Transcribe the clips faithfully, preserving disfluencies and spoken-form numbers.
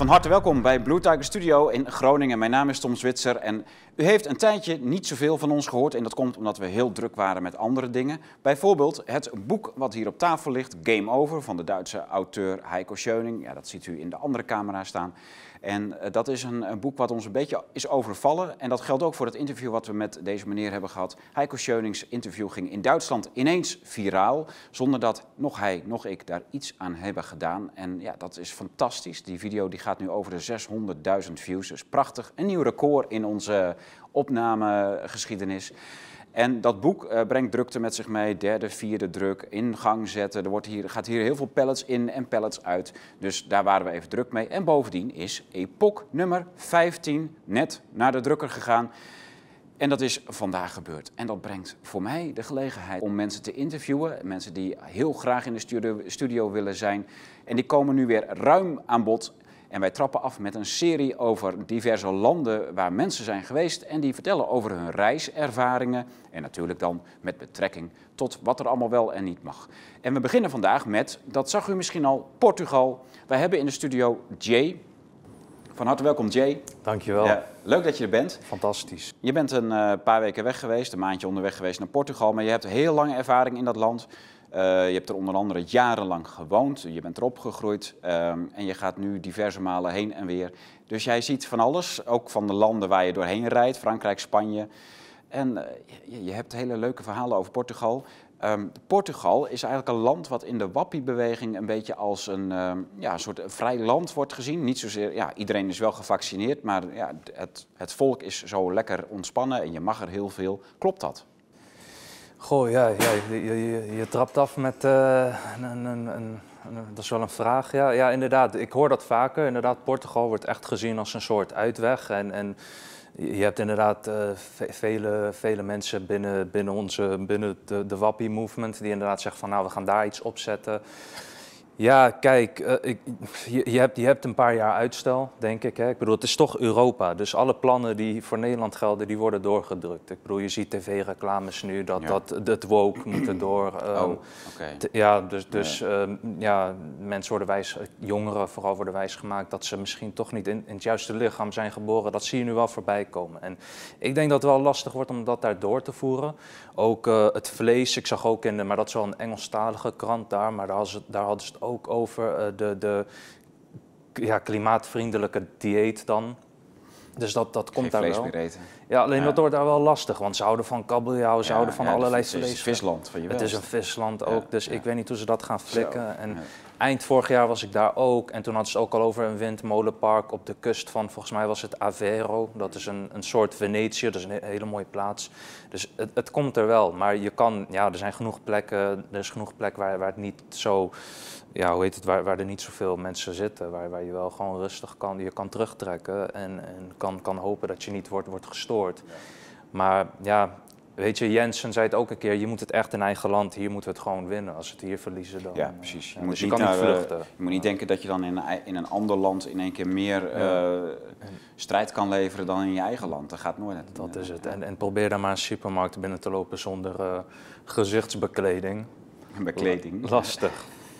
Van harte welkom bij Blue Tiger Studio in Groningen. Mijn naam is Tom Zwitser en u heeft een tijdje niet zoveel van ons gehoord. En dat komt omdat we heel druk waren met andere dingen. Bijvoorbeeld het boek wat hier op tafel ligt, Game Over, van de Duitse auteur Heiko Schöning. Ja, dat ziet u in de andere camera staan. En uh, dat is een, een boek wat ons een beetje is overvallen. En dat geldt ook voor het interview wat we met deze meneer hebben gehad. Heiko Schönings interview ging in Duitsland ineens viraal, zonder dat nog hij, nog ik daar iets aan hebben gedaan. En ja, dat is fantastisch. Die video die gaat nu over de zeshonderdduizend views. Dus prachtig. Een nieuw record in onze opnamegeschiedenis. En dat boek uh, brengt drukte met zich mee, derde, vierde druk, in gang zetten. Er wordt hier, gaat hier heel veel pallets in en pallets uit. Dus daar waren we even druk mee. En bovendien is Epoch nummer vijftien net naar de drukker gegaan. En dat is vandaag gebeurd. En dat brengt voor mij de gelegenheid om mensen te interviewen. Mensen die heel graag in de studio, studio willen zijn. En die komen nu weer ruim aan bod. En wij trappen af met een serie over diverse landen waar mensen zijn geweest en die vertellen over hun reiservaringen en natuurlijk dan met betrekking tot wat er allemaal wel en niet mag. En we beginnen vandaag met, dat zag u misschien al, Portugal. Wij hebben in de studio Jay. Van harte welkom Jay. Dankjewel. Ja, leuk dat je er bent. Fantastisch. Je bent een uh, paar weken weg geweest, een maandje onderweg geweest naar Portugal, maar je hebt heel lange ervaring in dat land. Uh, je hebt er onder andere jarenlang gewoond, je bent erop gegroeid um, en je gaat nu diverse malen heen en weer. Dus jij ziet van alles, ook van de landen waar je doorheen rijdt, Frankrijk, Spanje. En uh, je, je hebt hele leuke verhalen over Portugal. Um, Portugal is eigenlijk een land wat in de Wappie-beweging een beetje als een um, ja, soort vrij land wordt gezien. Niet zozeer, ja, iedereen is wel gevaccineerd, maar ja, het, het volk is zo lekker ontspannen en je mag er heel veel. Klopt dat? Goh, ja, ja je, je, je trapt af met, uh, een, een, een, een, dat is wel een vraag. Ja, ja, inderdaad, ik hoor dat vaker. Inderdaad, Portugal wordt echt gezien als een soort uitweg. En, en je hebt inderdaad uh, vele, vele mensen binnen, binnen, onze, binnen de, de Wappie-movement die inderdaad zeggen van nou, we gaan daar iets opzetten. Ja, kijk, uh, ik, je, je, hebt, je hebt een paar jaar uitstel, denk ik. Hè? Ik bedoel, het is toch Europa, dus alle plannen die voor Nederland gelden, die worden doorgedrukt. Ik bedoel, je ziet tv-reclames nu, dat, ja. dat het woke moet erdoor. Um, oh, okay. Ja, dus, dus ja. Um, ja, mensen worden wijs, jongeren vooral worden wijsgemaakt dat ze misschien toch niet in, in het juiste lichaam zijn geboren. Dat zie je nu wel voorbij komen. En ik denk dat het wel lastig wordt om dat daar door te voeren. Ook uh, het vlees, ik zag ook in de, maar dat is wel een Engelstalige krant daar, maar daar hadden ze, daar hadden ze het ook over uh, de, de ja, klimaatvriendelijke dieet dan. Dus dat, dat komt Geen daar vlees wel. meer eten. Ja, alleen ja. dat wordt daar wel lastig, want ze houden van kabeljauw, ze ja, houden van ja, allerlei vlees. vlees. Het is een visland van je Het is een visland ook, ja, dus ja. ik weet niet hoe ze dat gaan flikken. Zo, en ja. Eind vorig jaar was ik daar ook en toen hadden ze het ook al over een windmolenpark op de kust van, volgens mij was het Aveiro. Dat is een, een soort Venetië, dat is een hele mooie plaats. Dus het, het komt er wel, maar je kan, ja, er zijn genoeg plekken, er is genoeg plek waar, waar het niet zo... Ja, hoe heet het, waar, waar er niet zoveel mensen zitten, waar, waar je wel gewoon rustig kan, je kan terugtrekken en, en kan, kan hopen dat je niet wordt, wordt gestoord. Ja. Maar ja, weet je, Jensen zei het ook een keer, je moet het echt in eigen land, hier moeten we het gewoon winnen. Als we het hier verliezen, dan... Ja, precies. Je, ja, moet, dus je niet kan naar, niet vluchten. Je moet niet denken dat je dan in een, in een ander land in één keer meer ja. uh, strijd kan leveren dan in je eigen land. Dat gaat nooit. Dat is het. En, en probeer dan maar een supermarkt binnen te lopen zonder uh, gezichtsbekleding. Bekleding. Lastig.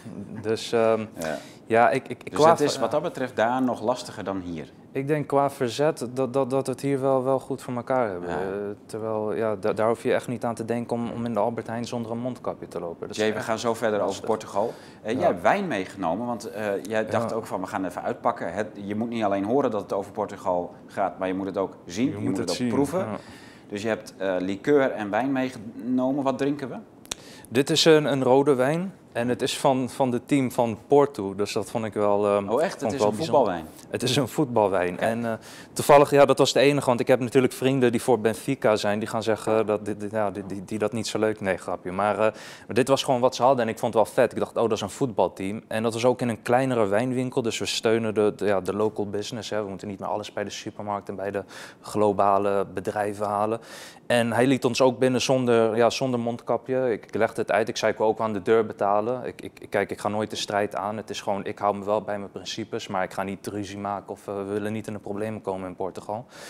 Dus um, ja, ja ik... ik dus het is wat dat betreft daar nog lastiger dan hier? Ik denk qua verzet dat, dat, dat we het hier wel, wel goed voor elkaar hebben. Ja. Uh, terwijl, ja, da, daar hoef je echt niet aan te denken om, om in de Albert Heijn zonder een mondkapje te lopen. Dat Jay, we gaan zo verder lastig. over Portugal. Uh, ja. Jij hebt wijn meegenomen, want uh, jij dacht ja. ook van we gaan even uitpakken. Het, je moet niet alleen horen dat het over Portugal gaat, maar je moet het ook zien. Je, je moet, moet het, het ook zien. proeven. Ja. Dus je hebt uh, liqueur en wijn meegenomen. Wat drinken we? Dit is een, een rode wijn. En het is van, van het team van Porto, dus dat vond ik wel um, Oh echt? Het is een bijzonder. voetbalwijn? Het is een voetbalwijn. Okay. En uh, toevallig, ja, dat was de enige, want ik heb natuurlijk vrienden die voor Benfica zijn. Die gaan zeggen dat dit, dit, ja, die, die, die dat niet zo leuk, nee grapje. Maar, uh, maar dit was gewoon wat ze hadden en ik vond het wel vet. Ik dacht, oh dat is een voetbalteam. En dat was ook in een kleinere wijnwinkel, dus we steunen de, de, ja, de local business. Hè. We moeten niet meer alles bij de supermarkt en bij de globale bedrijven halen. En hij liet ons ook binnen zonder, ja, zonder mondkapje. Ik, ik legde het uit, ik zei ik wil ook aan de deur betalen. Ik, ik, kijk, ik ga nooit de strijd aan. Het is gewoon, ik hou me wel bij mijn principes, maar ik ga niet ruzie maken of uh, we willen niet in de problemen komen in Portugal.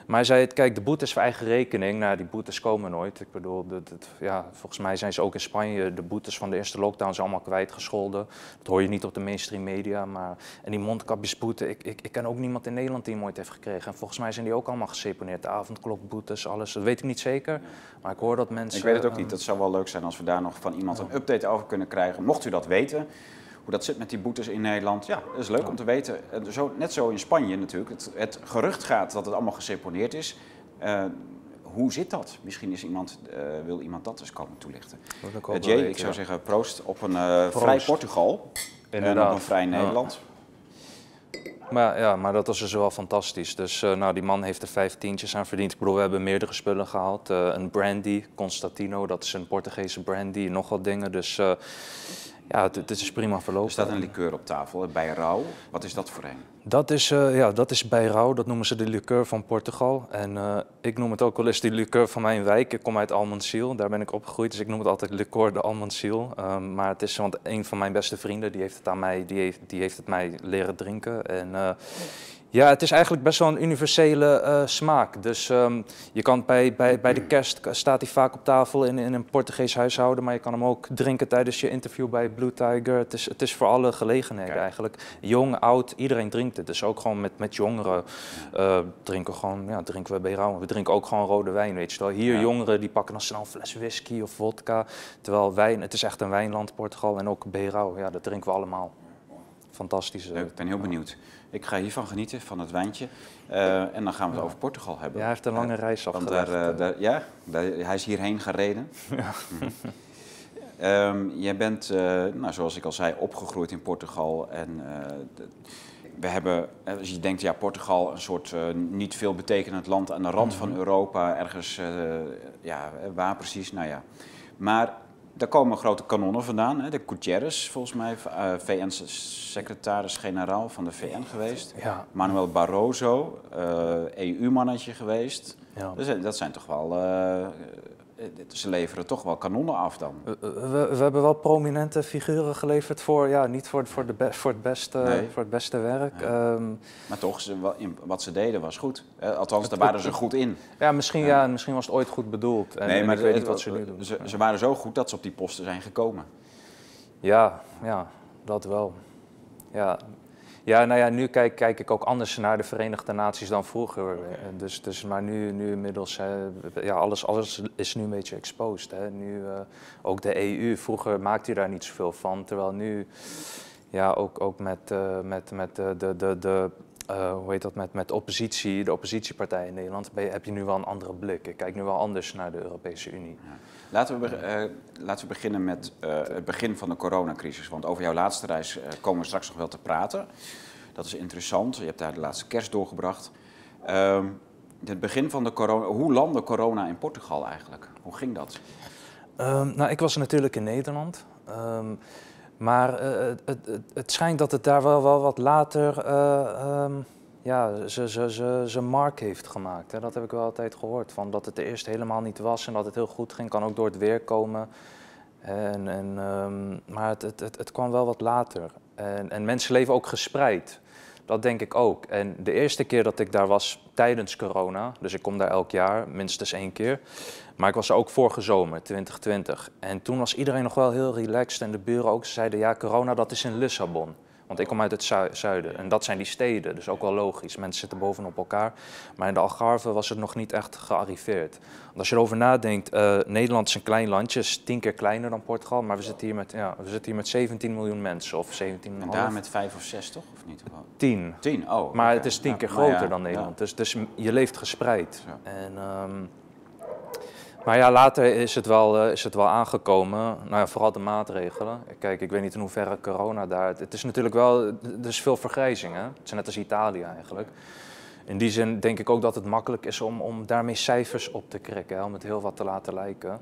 Maar hij zei, kijk, de boetes voor eigen rekening, nou, die boetes komen nooit. Ik bedoel, dat, dat, ja, volgens mij zijn ze ook in Spanje de boetes van de eerste lockdown zijn allemaal kwijtgescholden. Dat hoor je niet op de mainstream media. Maar, en die mondkapjesboete, ik, ik, ik ken ook niemand in Nederland die hem ooit heeft gekregen. En volgens mij zijn die ook allemaal geseponeerd. De avondklokboetes, alles. Dat weet ik niet zeker. Maar ik hoor dat mensen... Ik weet het ook niet. Dat zou wel leuk zijn als we daar nog van iemand een update over kunnen krijgen. Mocht u dat weten, hoe dat zit met die boetes in Nederland. Ja, dat is leuk om te weten. Zo, net zo in Spanje natuurlijk. Het, het gerucht gaat dat het allemaal geseponeerd is. Uh, hoe zit dat? Misschien is iemand, uh, wil iemand dat eens komen toelichten. Uh, Jay, weten, ik zou ja. zeggen proost op een uh, vrij Portugal. Inderdaad. En op een vrij Nederland. Ja. Maar, ja, maar dat was dus wel fantastisch. Dus uh, nou, die man heeft er vijf tientjes aan verdiend. Ik bedoel, we hebben meerdere spullen gehaald. Uh, een brandy, Constantino, dat is een Portugese brandy en nog wat dingen. Dus uh, ja, het, het is prima verlopen. Er staat een liqueur op tafel, bij Rauw. Wat is dat voor een? Dat is, uh, ja, dat is bij Rauw, dat noemen ze de liqueur van Portugal. En uh, ik noem het ook wel eens de liqueur van mijn wijk. Ik kom uit Almonsiel, daar ben ik opgegroeid, dus ik noem het altijd liqueur de Almonsiel. Um, maar het is, want een van mijn beste vrienden, die heeft het aan mij, die heeft, die heeft het mij leren drinken. En uh, ja, het is eigenlijk best wel een universele uh, smaak. Dus um, je kan bij, bij, bij de kerst staat hij vaak op tafel in, in een Portugees huishouden, maar je kan hem ook drinken tijdens je interview bij Blue Tiger. Het is, het is voor alle gelegenheden Kijk. eigenlijk. Jong, oud, iedereen drinkt het. Dus ook gewoon met, met jongeren uh, drinken, gewoon, ja, drinken we bij Rauw. We drinken ook gewoon rode wijn, weet je wel. Hier ja. jongeren die pakken dan snel een fles whisky of vodka. Terwijl wijn, het is echt een wijnland, Portugal. En ook bij Rauw, ja, dat drinken we allemaal. Fantastisch. Leuk, ik ben heel benieuwd. Ik ga hiervan genieten, van het wijntje. Uh, en dan gaan we het over Portugal hebben. Ja, hij heeft een lange uh, reis afgelegd. Daar, uh, daar, ja, daar, hij is hierheen gereden. Ja. Mm. um, jij bent, uh, nou, zoals ik al zei, opgegroeid in Portugal. En uh, de, we hebben, als je denkt, ja, Portugal, een soort uh, niet veel betekenend land aan de rand mm-hmm. van Europa. Ergens, uh, ja, waar precies, nou ja. Maar daar komen grote kanonnen vandaan. Hè? De Guterres, volgens mij, uh, V N-secretaris-generaal van de V N geweest. Ja. Manuel Barroso, uh, E U-mannetje geweest. Ja. Dus, dat zijn toch wel... Uh, ze leveren toch wel kanonnen af dan. We, we, we hebben wel prominente figuren geleverd voor, ja, niet voor, voor, de be, voor, het, beste, nee. voor het beste werk. Ja. Um, maar toch, ze, wat ze deden was goed. Althans, het, daar waren ze goed in. Ja, misschien, ja. Ja, misschien was het ooit goed bedoeld. En, nee, maar en ik weet niet wat ze nu doen. Ze, ze waren zo goed dat ze op die posten zijn gekomen. Ja, ja, dat wel. Ja. Ja, nou ja, nu kijk, kijk ik ook anders naar de Verenigde Naties dan vroeger. Dus, dus, maar nu, nu inmiddels, hè, ja, alles, alles is nu een beetje exposed. Hè. Nu, uh, ook de E U, vroeger maakte je daar niet zoveel van. Terwijl nu, ja, ook, ook met, uh, met, met de, de, de, de uh, hoe heet dat, met, met oppositie, de oppositiepartijen in Nederland, ben je, heb je nu wel een andere blik. Ik kijk nu wel anders naar de Europese Unie. Ja. Laten we, uh, laten we beginnen met uh, het begin van de coronacrisis. Want over jouw laatste reis uh, komen we straks nog wel te praten. Dat is interessant. Je hebt daar de laatste kerst doorgebracht. Uh, het begin van de corona. Hoe landde corona in Portugal eigenlijk? Hoe ging dat? Um, nou, ik was natuurlijk in Nederland. Um, maar uh, het, het, het schijnt dat het daar wel, wel wat later... Uh, um, Ja, ze, ze, ze, ze mark heeft gemaakt. Hè. Dat heb ik wel altijd gehoord. Van dat het er eerst helemaal niet was en dat het heel goed ging. Kan ook door het weer komen. En, en, um, maar het, het, het, het kwam wel wat later. En, en mensen leven ook gespreid. Dat denk ik ook. En de eerste keer dat ik daar was tijdens corona, dus ik kom daar elk jaar, minstens één keer. Maar ik was er ook vorige zomer, twintig twintig. En toen was iedereen nog wel heel relaxed en de buren ook. Ze zeiden, ja, corona dat is in Lissabon. Want ik kom uit het zuiden en dat zijn die steden, dus ook wel logisch. Mensen zitten bovenop elkaar. Maar in de Algarve was het nog niet echt gearriveerd. Want als je erover nadenkt, uh, Nederland is een klein landje, is tien keer kleiner dan Portugal. Maar we zitten hier met, ja, we zitten hier met zeventien miljoen mensen of zeventien komma vijf. En daar met vijf of zes toch, of niet? tien. tien, oh. Maar okay. het is tien ja, keer groter ja, dan Nederland. Ja. Dus, dus je leeft gespreid. Ja. En, um, maar ja, later is het wel, uh, is het wel aangekomen. Nou ja, vooral de maatregelen. Kijk, ik weet niet in hoeverre corona daar... Het is natuurlijk wel... Er is veel vergrijzing, hè? Het is net als Italië eigenlijk. In die zin denk ik ook dat het makkelijk is om, om daarmee cijfers op te krikken. Hè? Om het heel wat te laten lijken.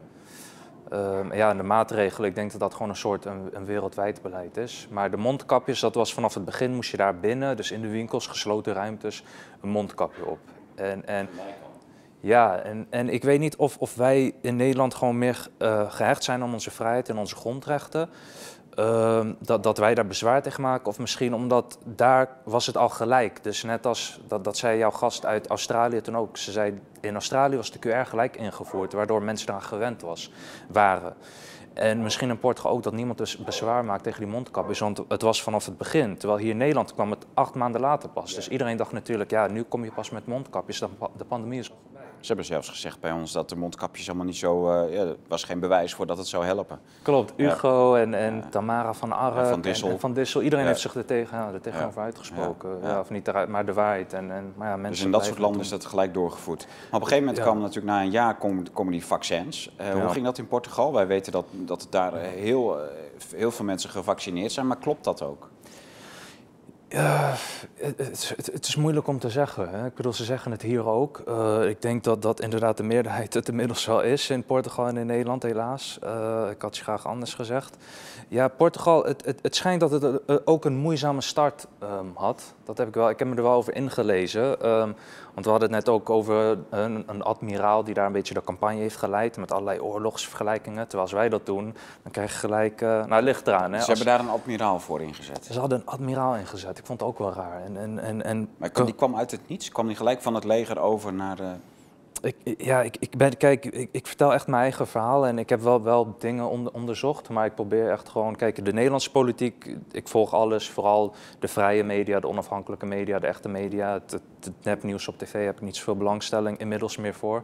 Um, ja, en de maatregelen, ik denk dat dat gewoon een soort een, een wereldwijd beleid is. Maar de mondkapjes, dat was vanaf het begin, moest je daar binnen, dus in de winkels, gesloten ruimtes, een mondkapje op. En, en, ja, en, en ik weet niet of, of wij in Nederland gewoon meer uh, gehecht zijn aan onze vrijheid en onze grondrechten. uh, dat, dat wij daar bezwaar tegen maken. Of misschien omdat daar was het al gelijk. Dus net als dat, dat zei jouw gast uit Australië toen ook. Ze zei, in Australië was de Q R gelijk ingevoerd, waardoor mensen eraan gewend was, waren. En misschien in Portugal ook dat niemand dus bezwaar maakt tegen die mondkapjes, want het was vanaf het begin. Terwijl hier in Nederland kwam het acht maanden later pas. Dus iedereen dacht natuurlijk, ja, nu kom je pas met mondkapjes, de pandemie is al voorbij. Ze hebben zelfs gezegd bij ons dat de mondkapjes helemaal niet zo... Uh, ja, er was geen bewijs voor dat het zou helpen. Klopt, Hugo ja. en, en ja. Tamara van Arre ja, van Dissel. En, en Van Dissel. Iedereen ja. heeft zich er, tegen, ja, er tegenover ja. uitgesproken. Ja. Ja, of niet eruit, maar de waarheid. En, en, maar ja, mensen dus in dat soort landen is dat gelijk doorgevoerd. Maar op een gegeven moment ja. kwam natuurlijk na een jaar komen, komen die vaccins. Uh, ja. Hoe ging dat in Portugal? Wij weten dat, dat daar heel, uh, heel veel mensen gevaccineerd zijn, maar klopt dat ook? Uh, het, het, het is moeilijk om te zeggen. Hè. Ik bedoel, ze zeggen het hier ook. Uh, ik denk dat dat inderdaad de meerderheid het inmiddels wel is in Portugal en in Nederland, helaas. Uh, ik had je graag anders gezegd. Ja, Portugal, het, het, het schijnt dat het uh, ook een moeizame start um, had. Dat heb ik wel. Ik heb me er wel over ingelezen. Um, want we hadden het net ook over een, een admiraal die daar een beetje de campagne heeft geleid met allerlei oorlogsvergelijkingen. Terwijl als wij dat doen, dan krijg je gelijk... Uh, nou, het ligt eraan. Hè. Ze als... hebben daar een admiraal voor ingezet? Ze hadden een admiraal ingezet. Ik vond het ook wel raar. En, en, en, en... Maar die kwam uit het niets? Kwam die gelijk van het leger over naar de... Ik, ja, ik, ik, ben, kijk, ik, ik vertel echt mijn eigen verhaal en ik heb wel, wel dingen onder, onderzocht, maar ik probeer echt gewoon, kijk, de Nederlandse politiek, ik volg alles, vooral de vrije media, de onafhankelijke media, de echte media, het, het, het nepnieuws op tv heb ik niet zoveel belangstelling inmiddels meer voor.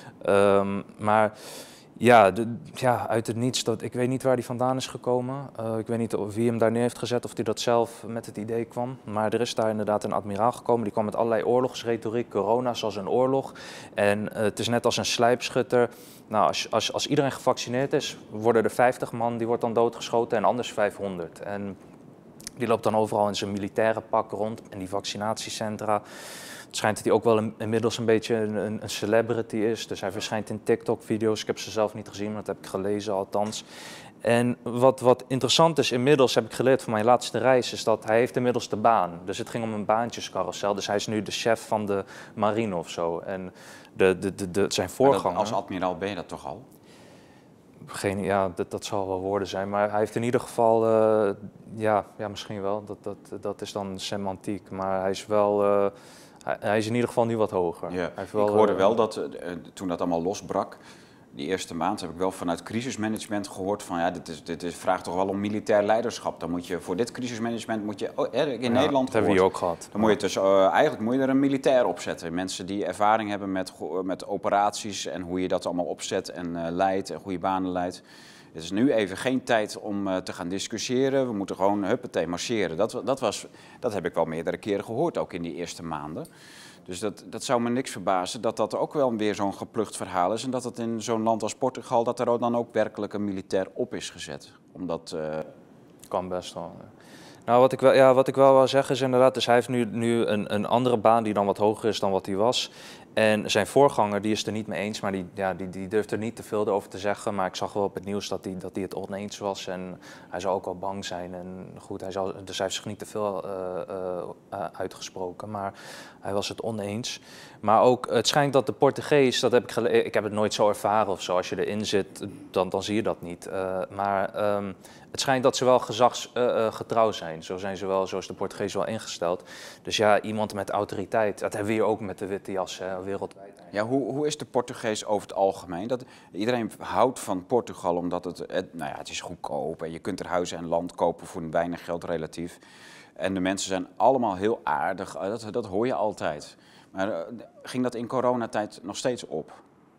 Um, maar ja, de, ja, uit het niets, dat, ik weet niet waar die vandaan is gekomen. Uh, ik weet niet wie hem daar neer heeft gezet of hij dat zelf met het idee kwam. Maar er is daar inderdaad een admiraal gekomen. Die kwam met allerlei oorlogsretoriek, corona zoals een oorlog. En uh, het is net als een slijpschutter. Nou, als, als, als iedereen gevaccineerd is, worden er vijftig man, die wordt dan doodgeschoten en anders vijfhonderd. En die loopt dan overal in zijn militaire pak rond in die vaccinatiecentra. Het schijnt dat hij ook wel een, inmiddels een beetje een, een, een celebrity is. Dus hij verschijnt in TikTok-video's. Ik heb ze zelf niet gezien, maar dat heb ik gelezen althans. En wat, wat interessant is, inmiddels heb ik geleerd van mijn laatste reis, is dat hij heeft inmiddels de baan. Dus het ging om een baantjescarousel. Dus hij is nu de chef van de marine of zo. En de, de, de, de, zijn voorganger... Als admiraal ben je dat toch al? Geen, ja, dat, dat zal wel woorden zijn, maar hij heeft in ieder geval, uh, ja, ja, misschien wel, dat, dat, dat is dan semantiek, maar hij is wel, uh, hij, hij is in ieder geval nu wat hoger. Ja, hij heeft wel, ik hoorde uh, wel dat uh, toen dat allemaal losbrak, die eerste maand heb ik wel vanuit crisismanagement gehoord van ja, dit, is, dit is, vraagt toch wel om militair leiderschap. Dan moet je voor dit crisismanagement moet je, oh, in ja, Nederland dat hebben we hier ook gehad. Dan moet je dus, uh, eigenlijk moet je er een militair opzetten. Mensen die ervaring hebben met, met operaties en hoe je dat allemaal opzet en uh, leidt en goede banen leidt. Het is nu even geen tijd om uh, te gaan discussiëren. We moeten gewoon huppatee marcheren. Dat, dat, was, dat heb ik wel meerdere keren gehoord, ook in die eerste maanden. Dus dat, dat zou me niks verbazen dat dat ook wel weer zo'n geplucht verhaal is. En dat het in zo'n land als Portugal, dat er dan ook werkelijk een militair op is gezet. Omdat... Uh... Kan best wel. Nou, wat ik wel, ja, wat ik wel wil zeggen is inderdaad, dus hij heeft nu, nu een, een andere baan die dan wat hoger is dan wat hij was. En zijn voorganger, die is het er niet mee eens, maar die, ja, die, die durft er niet te veel over te zeggen. Maar ik zag wel op het nieuws dat hij, dat hij het oneens was en hij zou ook wel bang zijn. En goed, hij zou, dus hij heeft zich niet te veel uh, uh, uitgesproken, maar hij was het oneens. Maar ook, het schijnt dat de Portugees, dat heb ik gele- ik heb het nooit zo ervaren of zo. Als je erin zit, dan, dan zie je dat niet. Uh, maar um, het schijnt dat ze wel gezagsgetrouw uh, zijn. Zo zijn ze wel, zo is de Portugees wel ingesteld. Dus ja, iemand met autoriteit, dat hebben we hier ook met de witte jas, hè, wereldwijd. Ja, hoe, hoe is de Portugees over het algemeen? Dat, iedereen houdt van Portugal omdat het, het, nou ja, het is goedkoop en je kunt er huizen en land kopen voor weinig geld relatief. En de mensen zijn allemaal heel aardig, dat, dat hoor je altijd. Maar uh, ging dat in coronatijd nog steeds op?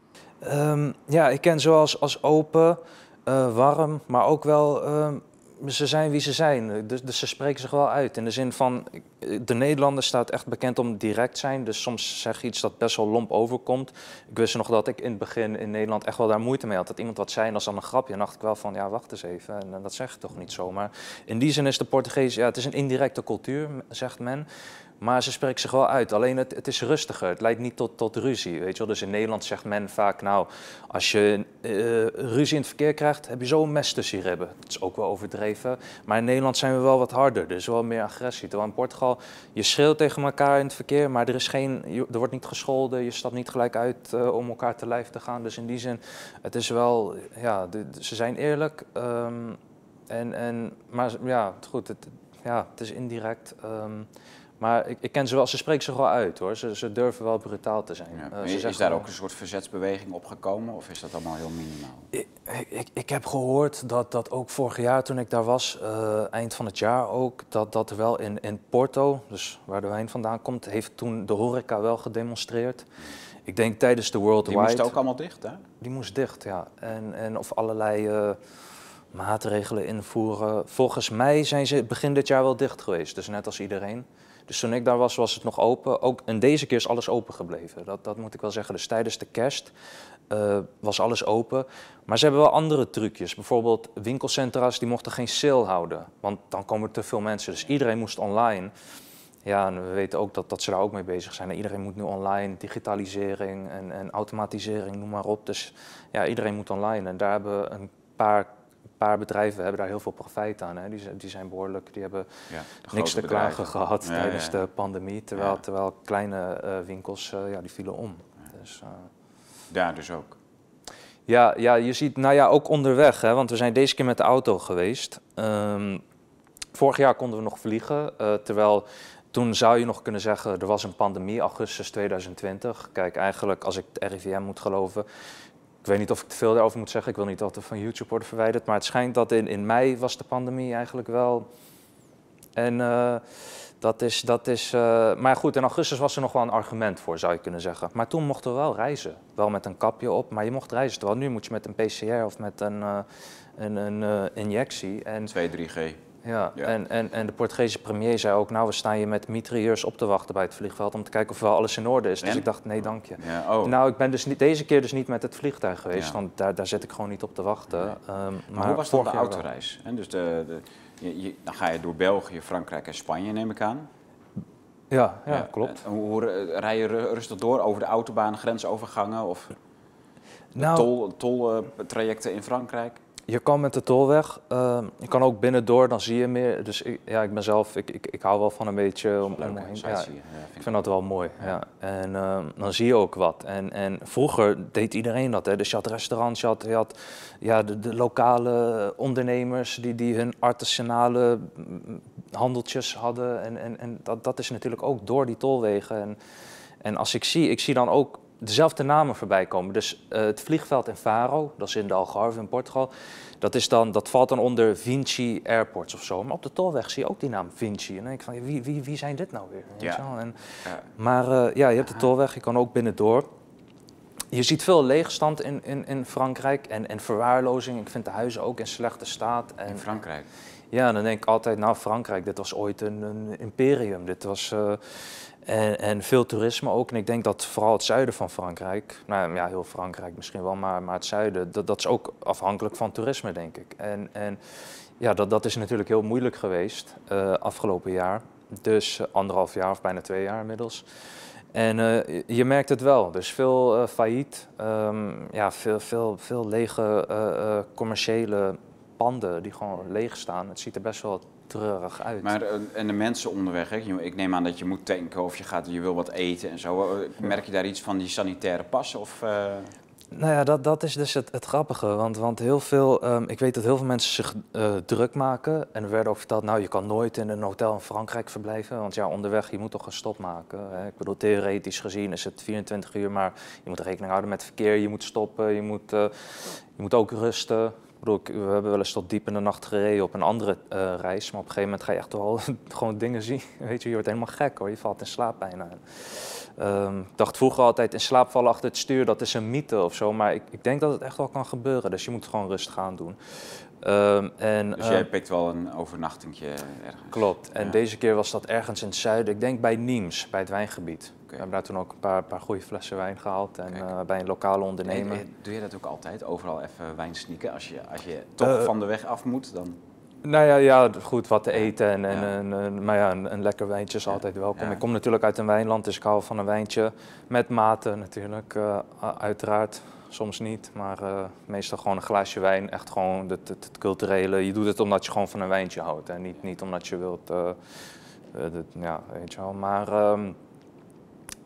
Um, ja, ik ken ze als, als open, uh, warm, maar ook wel, uh, ze zijn wie ze zijn. Dus, dus ze spreken zich wel uit. In de zin van, de Nederlander staat echt bekend om direct zijn. Dus soms zeg je iets dat best wel lomp overkomt. Ik wist nog dat ik in het begin in Nederland echt wel daar moeite mee had. Dat iemand wat zei en dat is dan een grapje. En dacht ik wel van, ja, wacht eens even. En, en dat zeg je toch niet zo. Maar in die zin is de Portugees, ja, het is een indirecte cultuur, zegt men. Maar ze spreken zich wel uit, alleen het, het is rustiger, het leidt niet tot, tot ruzie, weet je wel. Dus in Nederland zegt men vaak, nou, als je uh, ruzie in het verkeer krijgt, heb je zo een mes tussen je ribben. Dat is ook wel overdreven, maar in Nederland zijn we wel wat harder, dus wel meer agressie. Terwijl in Portugal, je schreeuwt tegen elkaar in het verkeer, maar er is geen, er wordt niet gescholden, je stapt niet gelijk uit uh, om elkaar te lijf te gaan. Dus in die zin, het is wel, ja, de, de, ze zijn eerlijk. Um, en, en, maar ja, goed, het, ja, het is indirect. Um, maar ik, ik ken ze wel, ze spreken zich wel uit hoor. Ze, ze durven wel brutaal te zijn. Ja. Uh, ze is zeggen, daar ook een soort verzetsbeweging op gekomen of is dat allemaal heel minimaal? Ik, ik, ik heb gehoord dat, dat ook vorig jaar toen ik daar was, uh, eind van het jaar ook, dat, dat er wel in, in Porto, dus waar de wijn vandaan komt, heeft toen de horeca wel gedemonstreerd. Ik denk tijdens de Worldwide. Die moesten ook allemaal dicht hè? Die moest dicht, ja. En, en of allerlei uh, maatregelen invoeren. Volgens mij zijn ze begin dit jaar wel dicht geweest, dus net als iedereen. Dus toen ik daar was, was het nog open. Ook, en deze keer is alles open gebleven. Dat, dat moet ik wel zeggen. Dus tijdens de kerst uh, was alles open. Maar ze hebben wel andere trucjes. Bijvoorbeeld winkelcentra's die mochten geen sale houden. Want dan komen er te veel mensen. Dus iedereen moest online. Ja, en we weten ook dat, dat ze daar ook mee bezig zijn. En iedereen moet nu online, digitalisering en, en automatisering, noem maar op. Dus ja, iedereen moet online. En daar hebben een paar... Een paar bedrijven hebben daar heel veel profijt aan. Hè. Die, die zijn behoorlijk, die hebben ja, niks te klagen gehad ja, tijdens ja, ja. de pandemie. Terwijl, ja. terwijl kleine uh, winkels, uh, ja, die vielen om. Ja. Dus, uh, daar dus ook. Ja, ja, je ziet, nou ja, ook onderweg. Hè, want we zijn deze keer met de auto geweest. Um, vorig jaar konden we nog vliegen. Uh, terwijl toen zou je nog kunnen zeggen, er was een pandemie, augustus tweeduizend twintig. Kijk, eigenlijk, als ik het R I V M moet geloven... Ik weet niet of ik te veel daarover moet zeggen, ik wil niet dat er van YouTube worden verwijderd, maar het schijnt dat in, in mei was de pandemie eigenlijk wel. En uh, dat is, dat is uh, maar goed, in augustus was er nog wel een argument voor, zou je kunnen zeggen. Maar toen mochten we wel reizen, wel met een kapje op, maar je mocht reizen. Terwijl nu moet je met een P C R of met een, uh, een, een uh, injectie. En, twee, drie G. Ja, ja. En, en, en de Portugese premier zei ook, nou we staan hier met mitrailleurs op te wachten bij het vliegveld om te kijken of wel alles in orde is. En? Dus ik dacht, nee dank je. Ja, oh. Nou, ik ben dus niet, deze keer dus niet met het vliegtuig geweest, ja. want daar, daar zit ik gewoon niet op te wachten. Nee. Um, maar, maar hoe was dan de autoreis? En dus de, de, je, je, dan ga je door België, Frankrijk en Spanje, neem ik aan. Ja, ja, ja klopt. Hoe, hoe rij je rustig door over de autobaan, grensovergangen of nou, tol, toltrajecten in Frankrijk? Je kan met de tolweg, uh, je kan ook binnendoor, dan zie je meer. Dus ik, ja, ik ben zelf, ik, ik, ik hou wel van een beetje om, om heen. Ja, ja, vind ik vind dat wel mooi. Ja. Ja. En uh, dan zie je ook wat. En, en vroeger deed iedereen dat. Hè. Dus je had restaurants, je had, je had ja, de, de lokale ondernemers die, die hun artisanale handeltjes hadden. En, en, en dat, dat is natuurlijk ook door die tolwegen. En, en als ik zie, ik zie dan ook dezelfde namen voorbij komen. Dus uh, het vliegveld in Faro, dat is in de Algarve in Portugal, dat, is dan, dat valt dan onder Vinci Airports of zo. Maar op de tolweg zie je ook die naam Vinci. En dan denk ik van, wie, wie, wie zijn dit nou weer? Ja. En, ja. Maar uh, ja, je hebt de tolweg, je kan ook binnendoor. Je ziet veel leegstand in, in, in Frankrijk en, en verwaarlozing. Ik vind de huizen ook in slechte staat. En, in Frankrijk? Ja, dan denk ik altijd, nou Frankrijk, dit was ooit een, een imperium. Dit was... Uh, En, en veel toerisme ook. En ik denk dat vooral het zuiden van Frankrijk, nou ja, heel Frankrijk misschien wel, maar, maar het zuiden, dat, dat is ook afhankelijk van toerisme, denk ik. En, en ja, dat, dat is natuurlijk heel moeilijk geweest uh, afgelopen jaar. Dus uh, anderhalf jaar of bijna twee jaar inmiddels. En uh, je merkt het wel. Dus veel uh, failliet, um, ja, veel, veel, veel lege uh, uh, commerciële panden die gewoon leeg staan. Het ziet er best wel treurig uit. Maar en de mensen onderweg, hè? Ik neem aan dat je moet tanken of je, gaat, je wil wat eten en zo. Merk je daar iets van die sanitaire pas? Of, uh... Nou ja, dat, dat is dus het, het grappige. Want, want heel veel, um, ik weet dat heel veel mensen zich uh, druk maken. En er werd ook verteld, nou je kan nooit in een hotel in Frankrijk verblijven. Want ja, onderweg, je moet toch een stop maken. Hè? Ik bedoel, theoretisch gezien is het vierentwintig uur, maar je moet rekening houden met verkeer. Je moet stoppen, je moet, uh, je moet ook rusten. Ik bedoel, we hebben wel eens tot diep in de nacht gereden op een andere uh, reis, maar op een gegeven moment ga je echt wel gewoon dingen zien. Weet je, je wordt helemaal gek hoor, je valt in slaap bijna. Um, ik dacht vroeger altijd in slaap vallen achter het stuur, dat is een mythe of zo, maar ik, ik denk dat het echt wel kan gebeuren, dus je moet gewoon rustig aan doen. Um, en, dus jij pikt wel een overnachtingje ergens? Klopt, en ja. Deze keer was dat ergens in het zuiden, ik denk bij Nimes, bij het wijngebied. Okay. We hebben daar toen ook een paar, paar goede flessen wijn gehaald en uh, bij een lokale ondernemer. En, doe je dat ook altijd, overal even wijn sneaken? Als je, als je toch uh, van de weg af moet, dan... Nou ja, ja, goed, wat te eten en, en, ja. en, en maar ja, een, een lekker wijntje is ja. altijd welkom. Ja. Ik kom natuurlijk uit een wijnland, dus ik hou van een wijntje met mate natuurlijk, uh, uiteraard. Soms niet, maar uh, meestal gewoon een glaasje wijn, echt gewoon het, het, het culturele. Je doet het omdat je gewoon van een wijntje houdt en niet, niet omdat je wilt, uh, uh, de, ja, weet je wel. Maar um,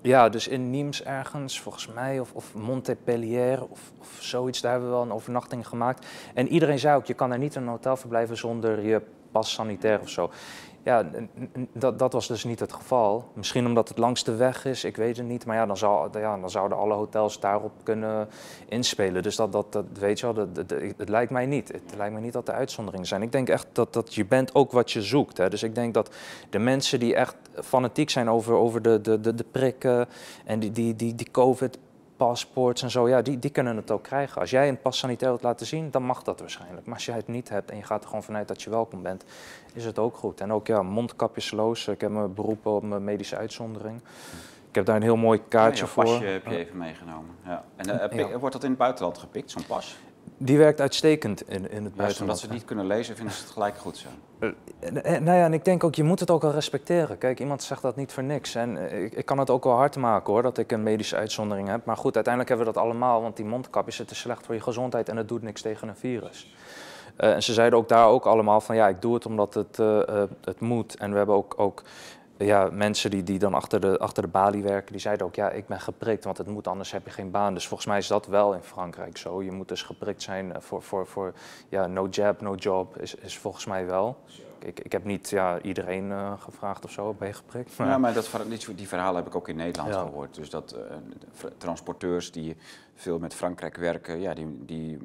Ja, dus in Nimes ergens, volgens mij, of, of Montpellier of, of zoiets, daar hebben we wel een overnachting gemaakt. En iedereen zei ook, je kan er niet in een hotel verblijven zonder je pas sanitair of zo. Ja, dat, dat was dus niet het geval. Misschien omdat het langs de weg is, ik weet het niet. Maar ja, dan, zou, ja, dan zouden alle hotels daarop kunnen inspelen. Dus dat, dat, dat weet je wel, dat, dat, het lijkt mij niet. Het lijkt mij niet dat er uitzonderingen zijn. Ik denk echt dat, dat je bent ook wat je zoekt. Hè. Dus ik denk dat de mensen die echt fanatiek zijn over, over de, de, de, de prikken en die, die, die, die COVID paspoorts en zo, ja, die, die kunnen het ook krijgen. Als jij een pas sanitair wilt laten zien, dan mag dat waarschijnlijk. Maar als jij het niet hebt en je gaat er gewoon vanuit dat je welkom bent, is het ook goed. En ook ja, mondkapjesloos. Ik heb me beroepen op mijn medische uitzondering. Ik heb daar een heel mooi kaartje ja, voor. pasje heb je even meegenomen. Ja. En uh, pik, ja. wordt dat in het buitenland gepikt, zo'n pas? Die werkt uitstekend in, in het buitenland. Juist omdat ze het niet kunnen lezen, vinden ze het gelijk goed zo. Uh, nou ja, en ik denk ook, je moet het ook wel respecteren. Kijk, iemand zegt dat niet voor niks. En uh, ik, ik kan het ook wel hard maken hoor, dat ik een medische uitzondering heb. Maar goed, uiteindelijk hebben we dat allemaal, want die mondkapjes, het is slecht voor je gezondheid en het doet niks tegen een virus. Uh, en ze zeiden ook daar ook allemaal van, ja, ik doe het omdat het, uh, uh, het moet. En we hebben ook... ook ja, mensen die, die dan achter de, achter de balie werken, die zeiden ook, ja, ik ben geprikt, want het moet, anders heb je geen baan. Dus volgens mij is dat wel in Frankrijk zo. Je moet dus geprikt zijn voor, voor, voor ja, no jab, no job, is, is volgens mij wel. Ik, ik heb niet ja, iedereen uh, gevraagd of zo, ben je geprikt? Maar... Ja, maar dat, die, die verhalen heb ik ook in Nederland ja. gehoord. Dus dat uh, transporteurs die veel met Frankrijk werken, ja, die... die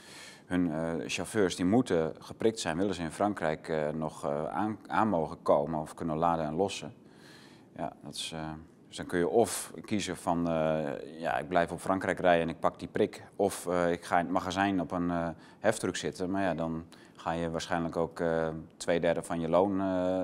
hun uh, chauffeurs die moeten geprikt zijn, willen ze in Frankrijk uh, nog uh, aan, aan mogen komen of kunnen laden en lossen. Ja, dat is, uh, dus dan kun je of kiezen van, uh, ja, ik blijf op Frankrijk rijden en ik pak die prik. Of uh, ik ga in het magazijn op een uh, heftruck zitten, maar ja, dan ga je waarschijnlijk ook uh, twee derde van je loon,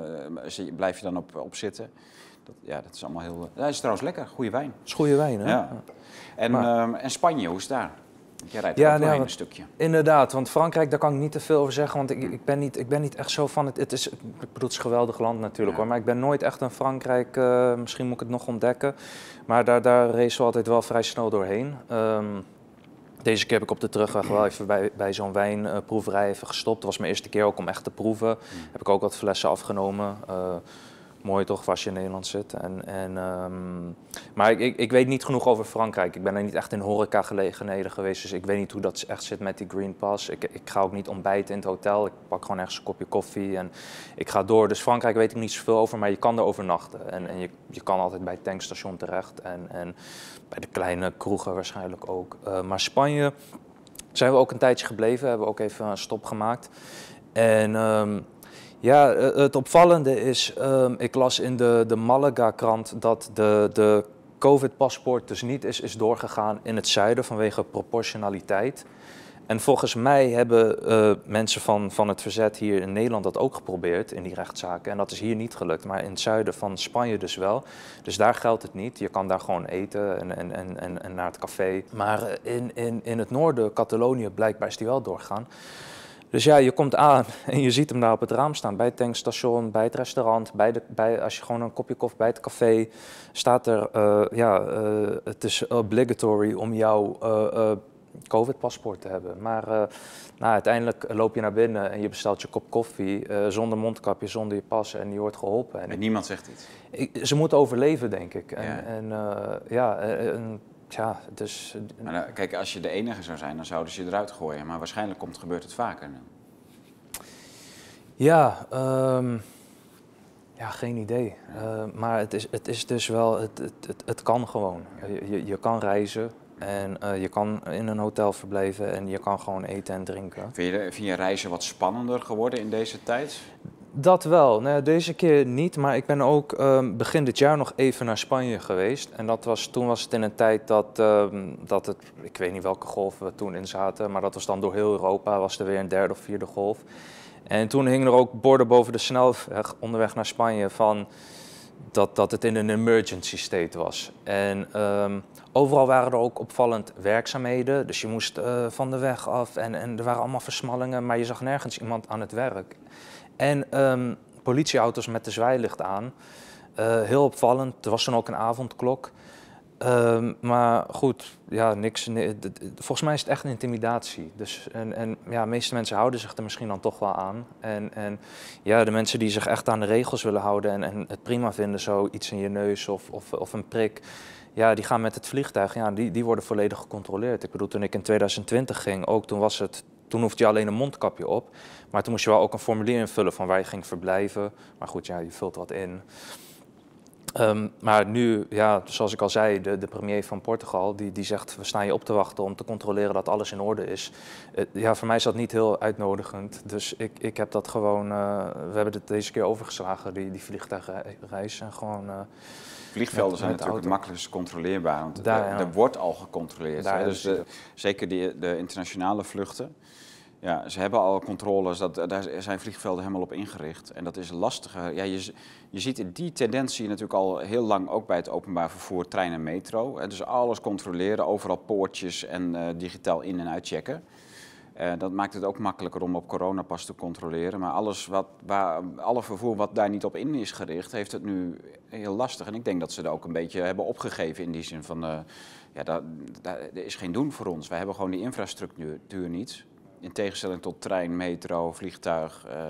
uh, blijf je dan op, op zitten. Dat, ja, dat is allemaal heel... Uh, dat is trouwens lekker, goede wijn. Dat is goede wijn, hè? Ja. En, maar... uh, en Spanje, hoe is het daar? Jij rijdt ja, ook nou, een stukje. Inderdaad, want Frankrijk, daar kan ik niet te veel over zeggen, want ik, ik, ben, niet, ik ben niet echt zo van het. Het is, ik bedoel, het is een geweldig land natuurlijk ja. hoor, maar ik ben nooit echt in Frankrijk, uh, misschien moet ik het nog ontdekken. Maar daar, daar racen we altijd wel vrij snel doorheen. Um, deze keer heb ik op de terugweg wel even bij, bij zo'n wijnproeverij even gestopt. Dat was mijn eerste keer ook om echt te proeven. Mm. Heb ik ook wat flessen afgenomen. Uh, Mooi toch, als je in Nederland zit. En, en, um, maar ik, ik, ik weet niet genoeg over Frankrijk. Ik ben er niet echt in horecagelegenheden geweest, dus ik weet niet hoe dat echt zit met die Green Pass. Ik, ik ga ook niet ontbijten in het hotel. Ik pak gewoon ergens een kopje koffie en ik ga door. Dus Frankrijk weet ik niet zoveel over, maar je kan er overnachten. En, en je, je kan altijd bij het tankstation terecht en, en bij de kleine kroegen waarschijnlijk ook. Uh, maar Spanje zijn we ook een tijdje gebleven, hebben we ook even een stop gemaakt. En... Um, Ja, het opvallende is, um, ik las in de, de Malaga-krant dat de, de COVID-paspoort dus niet is, is doorgegaan in het zuiden vanwege proportionaliteit. En volgens mij hebben uh, mensen van, van het verzet hier in Nederland dat ook geprobeerd in die rechtszaken. En dat is hier niet gelukt, maar in het zuiden van Spanje dus wel. Dus daar geldt het niet. Je kan daar gewoon eten en, en, en, en, en naar het café. Maar in, in, in het noorden, Catalonië, blijkbaar is die wel doorgegaan. Dus ja, je komt aan en je ziet hem daar op het raam staan, bij het tankstation, bij het restaurant, bij de, bij, als je gewoon een kopje koffie bij het café, staat er, uh, ja, uh, het is obligatory om jouw uh, uh, COVID-paspoort te hebben. Maar uh, nou, uiteindelijk loop je naar binnen en je bestelt je kop koffie uh, zonder mondkapje, zonder je pas en je wordt geholpen. En, en niemand zegt iets? Ik, ze moeten overleven, denk ik. En, ja. en, uh, ja, en, Ja, dus... Maar nou, kijk, als je de enige zou zijn, dan zouden ze je eruit gooien. Maar waarschijnlijk komt, gebeurt het vaker. Ja, um, ja, geen idee. Uh, maar het is, het is dus wel, het, het, het, het kan gewoon. Je, je, je kan reizen en uh, je kan in een hotel verblijven en je kan gewoon eten en drinken. Vind je, vind je reizen wat spannender geworden in deze tijd? Dat wel. Nou, deze keer niet, maar ik ben ook um, begin dit jaar nog even naar Spanje geweest. En dat was, toen was het in een tijd dat, um, dat het, ik weet niet welke golf we toen in zaten, maar dat was dan door heel Europa, was er weer een derde of vierde golf. En toen hingen er ook borden boven de snelweg onderweg naar Spanje van dat, dat het in een emergency state was. En um, overal waren er ook opvallend werkzaamheden, dus je moest uh, van de weg af en, en er waren allemaal versmallingen, maar je zag nergens iemand aan het werk. En um, politieauto's met de zwaailicht aan, uh, heel opvallend. Er was toen ook een avondklok. Um, maar goed, ja, niks. Nee, d- d- volgens mij is het echt een intimidatie. Dus, en, en ja, de meeste mensen houden zich er misschien dan toch wel aan. En, en ja, de mensen die zich echt aan de regels willen houden en, en het prima vinden, zo iets in je neus of, of, of een prik, ja, die gaan met het vliegtuig, ja, die, die worden volledig gecontroleerd. Ik bedoel, toen ik in tweeduizend twintig ging, ook toen was het, toen hoefde je alleen een mondkapje op. Maar toen moest je wel ook een formulier invullen van waar je ging verblijven. Maar goed, ja, je vult wat in. Um, maar nu, ja, zoals ik al zei, de, de premier van Portugal, die, die zegt, we staan je op te wachten om te controleren dat alles in orde is. Uh, ja, voor mij is dat niet heel uitnodigend. Dus ik, ik heb dat gewoon, uh, we hebben het deze keer overgeslagen, die, die vliegtuigreis. En gewoon, uh, Vliegvelden met, zijn met natuurlijk het makkelijkst controleerbaar, want Daar, er, ja. er wordt al gecontroleerd. Daar, Hè? Dus de, zeker die, de internationale vluchten. Ja, ze hebben al controles, dat, daar zijn vliegvelden helemaal op ingericht. En dat is lastiger. Ja, je, je ziet die tendentie natuurlijk al heel lang ook bij het openbaar vervoer, trein en metro. Hè, dus alles controleren, overal poortjes en uh, digitaal in- en uitchecken. Uh, dat maakt het ook makkelijker om op coronapas te controleren. Maar alles wat, waar, alle vervoer wat daar niet op in is gericht, heeft het nu heel lastig. En ik denk dat ze er ook een beetje hebben opgegeven in die zin van, uh, ja, dat, dat, er is geen doen voor ons. Wij hebben gewoon die infrastructuur niet. In tegenstelling tot trein, metro, vliegtuig. Uh,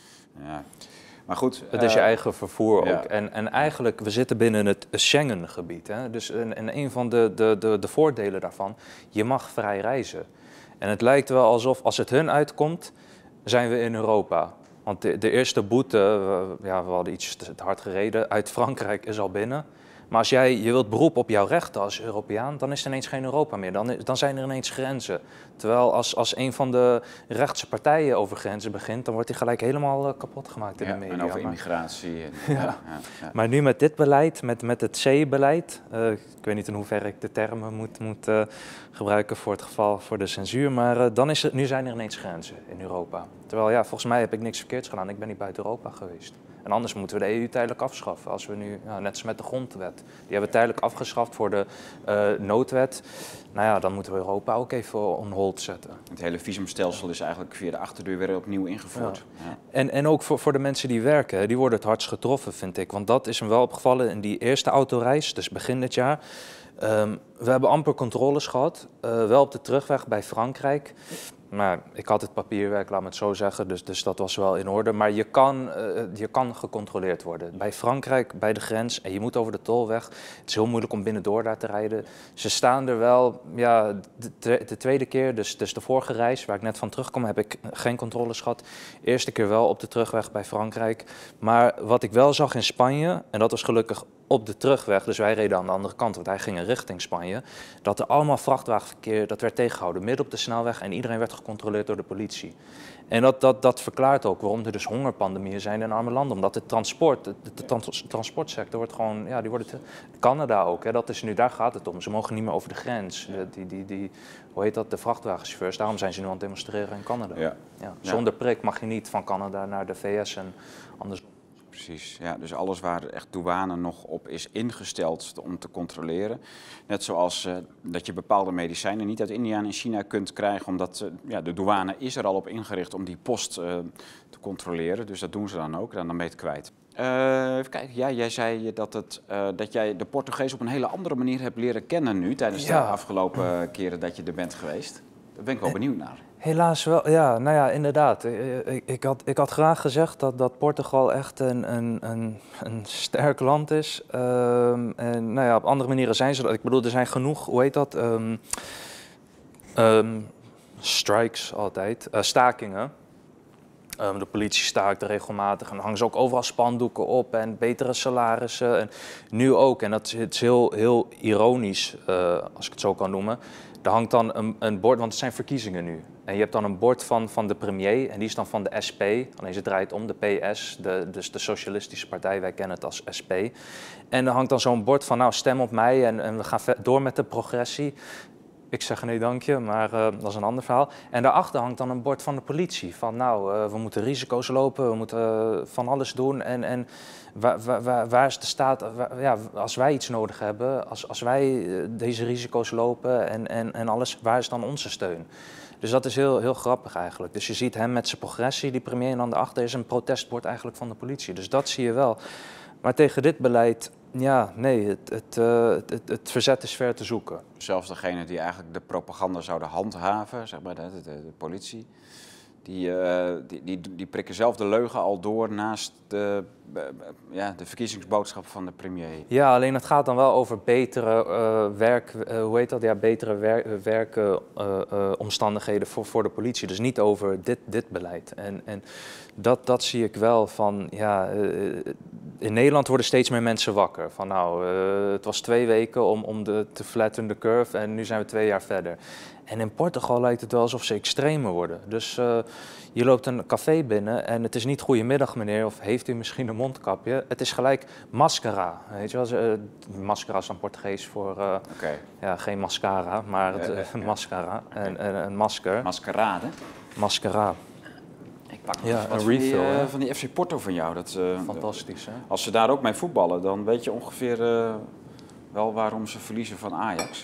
ja. Maar goed. Het is je uh, eigen vervoer ja. ook. En, en eigenlijk, we zitten binnen het Schengengebied. Hè? Dus en, en een van de, de, de, de voordelen daarvan, je mag vrij reizen. En het lijkt wel alsof, als het hun uitkomt, zijn we in Europa. Want de, de eerste boete, uh, ja, we hadden iets te hard gereden, uit Frankrijk is al binnen. Maar als jij je wilt beroepen op jouw rechten als Europeaan, dan is er ineens geen Europa meer. Dan, dan zijn er ineens grenzen. Terwijl als, als een van de rechtse partijen over grenzen begint, dan wordt die gelijk helemaal uh, kapot gemaakt in ja, de media. En over maar, immigratie. En, ja. Ja, ja, ja. Maar nu met dit beleid, met, met het C-beleid, uh, ik weet niet in hoeverre ik de termen moet, moet uh, gebruiken voor het geval voor de censuur, maar uh, dan is het, nu zijn er ineens grenzen in Europa. Terwijl ja, volgens mij heb ik niks verkeerds gedaan. Ik ben niet buiten Europa geweest. En anders moeten we de E U tijdelijk afschaffen. Als we nu, ja, net als met de grondwet, die hebben we tijdelijk afgeschaft voor de uh, noodwet. Nou ja, dan moeten we Europa ook even on hold zetten. Het hele visumstelsel is eigenlijk via de achterdeur weer opnieuw ingevoerd. Ja. Ja. En, en ook voor, voor de mensen die werken, die worden het hardst getroffen, vind ik. Want dat is me wel opgevallen in die eerste autoreis, dus begin dit jaar. Um, we hebben amper controles gehad, uh, wel op de terugweg bij Frankrijk. Maar ik had het papierwerk, laat me het zo zeggen, dus, dus dat was wel in orde. Maar je kan, uh, je kan gecontroleerd worden. Bij Frankrijk, bij de grens, en je moet over de tolweg. Het is heel moeilijk om binnendoor daar te rijden. Ze staan er wel, ja, de, de tweede keer, dus, dus de vorige reis, waar ik net van terugkom, heb ik geen controles gehad. Eerste keer wel op de terugweg bij Frankrijk. Maar wat ik wel zag in Spanje, en dat was gelukkig op de terugweg, dus wij reden aan de andere kant, want wij gingen richting Spanje, dat er allemaal vrachtwagenverkeer, dat werd tegengehouden, midden op de snelweg en iedereen werd gecontroleerd door de politie. En dat, dat, dat verklaart ook waarom er dus hongerpandemieën zijn in arme landen, omdat het transport, de, de trans, transportsector wordt gewoon, ja, die wordt het, Canada ook, hè, dat is nu, daar gaat het om, ze mogen niet meer over de grens, de, die, die, die, hoe heet dat, de vrachtwagenchauffeurs, daarom zijn ze nu aan het demonstreren in Canada. Ja. Ja, zonder prik mag je niet van Canada naar de V S en andersom. Precies, ja, dus alles waar echt douane nog op is ingesteld om te controleren. Net zoals uh, dat je bepaalde medicijnen niet uit India en China kunt krijgen, omdat uh, ja, de douane is er al op ingericht om die post uh, te controleren. Dus dat doen ze dan ook, dan ben je het kwijt. Uh, even kijken, ja, jij zei dat, het, uh, dat jij de Portugees op een hele andere manier hebt leren kennen nu, tijdens ja. de afgelopen keren dat je er bent geweest. Daar ben ik wel benieuwd naar. Helaas wel, ja, nou ja, inderdaad. Ik, ik, had, ik had graag gezegd dat, dat Portugal echt een, een, een, een sterk land is. Um, en nou ja, op andere manieren zijn ze dat. Ik bedoel, er zijn genoeg, hoe heet dat? Um, um, strikes altijd, uh, stakingen. Um, de politie staakt regelmatig en dan hangen ze ook overal spandoeken op en betere salarissen. En nu ook, en dat is, het is heel, heel ironisch, uh, als ik het zo kan noemen. Er hangt dan een, een bord, want het zijn verkiezingen nu. En je hebt dan een bord van, van de premier en die is dan van de S P. Alleen ze draait om, de P S, de, dus de Socialistische Partij, wij kennen het als S P. En er hangt dan zo'n bord van, nou stem op mij en, en we gaan door met de progressie. Ik zeg nee dank je, maar uh, dat is een ander verhaal. En daarachter hangt dan een bord van de politie. Van nou, uh, we moeten risico's lopen, we moeten uh, van alles doen. En, en waar, waar, waar is de staat, waar, ja, als wij iets nodig hebben, als, als wij uh, deze risico's lopen en, en, en alles, waar is dan onze steun? Dus dat is heel, heel grappig eigenlijk. Dus je ziet hem met zijn progressie, die premier, en dan daarachter is een protestbord eigenlijk van de politie. Dus dat zie je wel. Maar tegen dit beleid, ja, nee, het, het, uh, het, het, het verzet is ver te zoeken. Zelfs degene die eigenlijk de propaganda zouden handhaven, zeg maar de, de, de politie, die, uh, die, die, die prikken zelf de leugen al door naast de, uh, ja, de verkiezingsboodschap van de premier. Ja, alleen het gaat dan wel over betere uh, werk, uh, hoe heet dat? Ja, betere wer werkomstandigheden uh, uh, voor, voor de politie. Dus niet over dit, dit beleid. En, en dat, dat zie ik wel van, ja, uh, in Nederland worden steeds meer mensen wakker. Van nou, uh, het was twee weken om, om de, te flatten the curve en nu zijn we twee jaar verder. En in Portugal lijkt het wel alsof ze extremer worden. Dus uh, je loopt een café binnen en het is niet goedemiddag meneer of heeft u misschien een mondkapje. Het is gelijk mascara. Weet je wel, uh, mascara is dan Portugees voor, uh, okay. ja, geen mascara, maar het, uh, uh, ja. mascara. Okay. En, en een masker. Maskerade? Mascara. Ik pak ja, wat een refill, van, die, uh, van die F C Porto van jou. Dat, uh, fantastisch, hè? Als ze daar ook mee voetballen, dan weet je ongeveer uh, wel waarom ze verliezen van Ajax.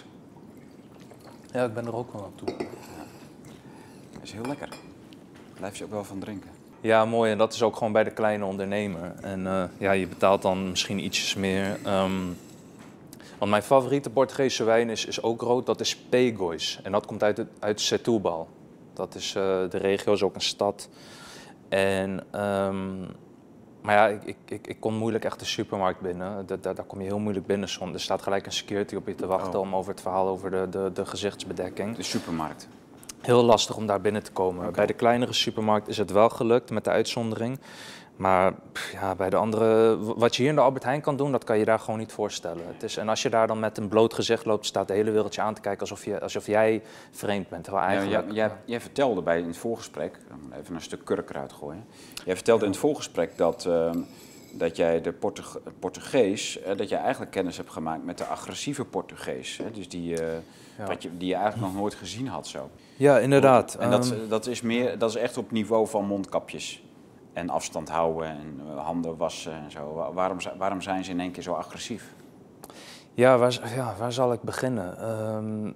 Ja, ik ben er ook wel aan toe. Ja. Dat is heel lekker. Daar blijf je ook wel van drinken. Ja, mooi. En dat is ook gewoon bij de kleine ondernemer. En uh, ja, je betaalt dan misschien ietsjes meer. Um, want mijn favoriete Portugese wijn is, is ook rood. Dat is Pegóis. En dat komt uit, het, uit Setúbal. Dat is uh, de regio, is ook een stad. En... Um, Maar ja, ik, ik, ik, ik kon moeilijk echt de supermarkt binnen. Da, da, daar kom je heel moeilijk binnen. Er staat gelijk een security op je te wachten oh. om over het verhaal over de, de, de gezichtsbedekking. De supermarkt? Heel lastig om daar binnen te komen. Okay. Bij de kleinere supermarkt is het wel gelukt, met de uitzondering. Maar ja, bij de andere, wat je hier in de Albert Heijn kan doen, dat kan je daar gewoon niet voorstellen. Het is, en als je daar dan met een bloot gezicht loopt, staat de hele wereld je aan te kijken alsof, je, alsof jij vreemd bent. Terwijl eigenlijk... ja, jij, jij, jij vertelde bij in het voorgesprek, even een stuk kurk eruit gooien. Jij vertelde in het voorgesprek dat, uh, dat jij de Portug Portugees, uh, dat jij eigenlijk kennis hebt gemaakt met de agressieve Portugees. Hè? Dus die, uh, ja. wat je, die je eigenlijk nog nooit gezien had zo. Ja, inderdaad. En dat, dat, is meer, dat is echt op niveau van mondkapjes. En afstand houden en handen wassen en zo. Waarom, waarom zijn ze in één keer zo agressief? Ja, waar, ja, waar zal ik beginnen? Um,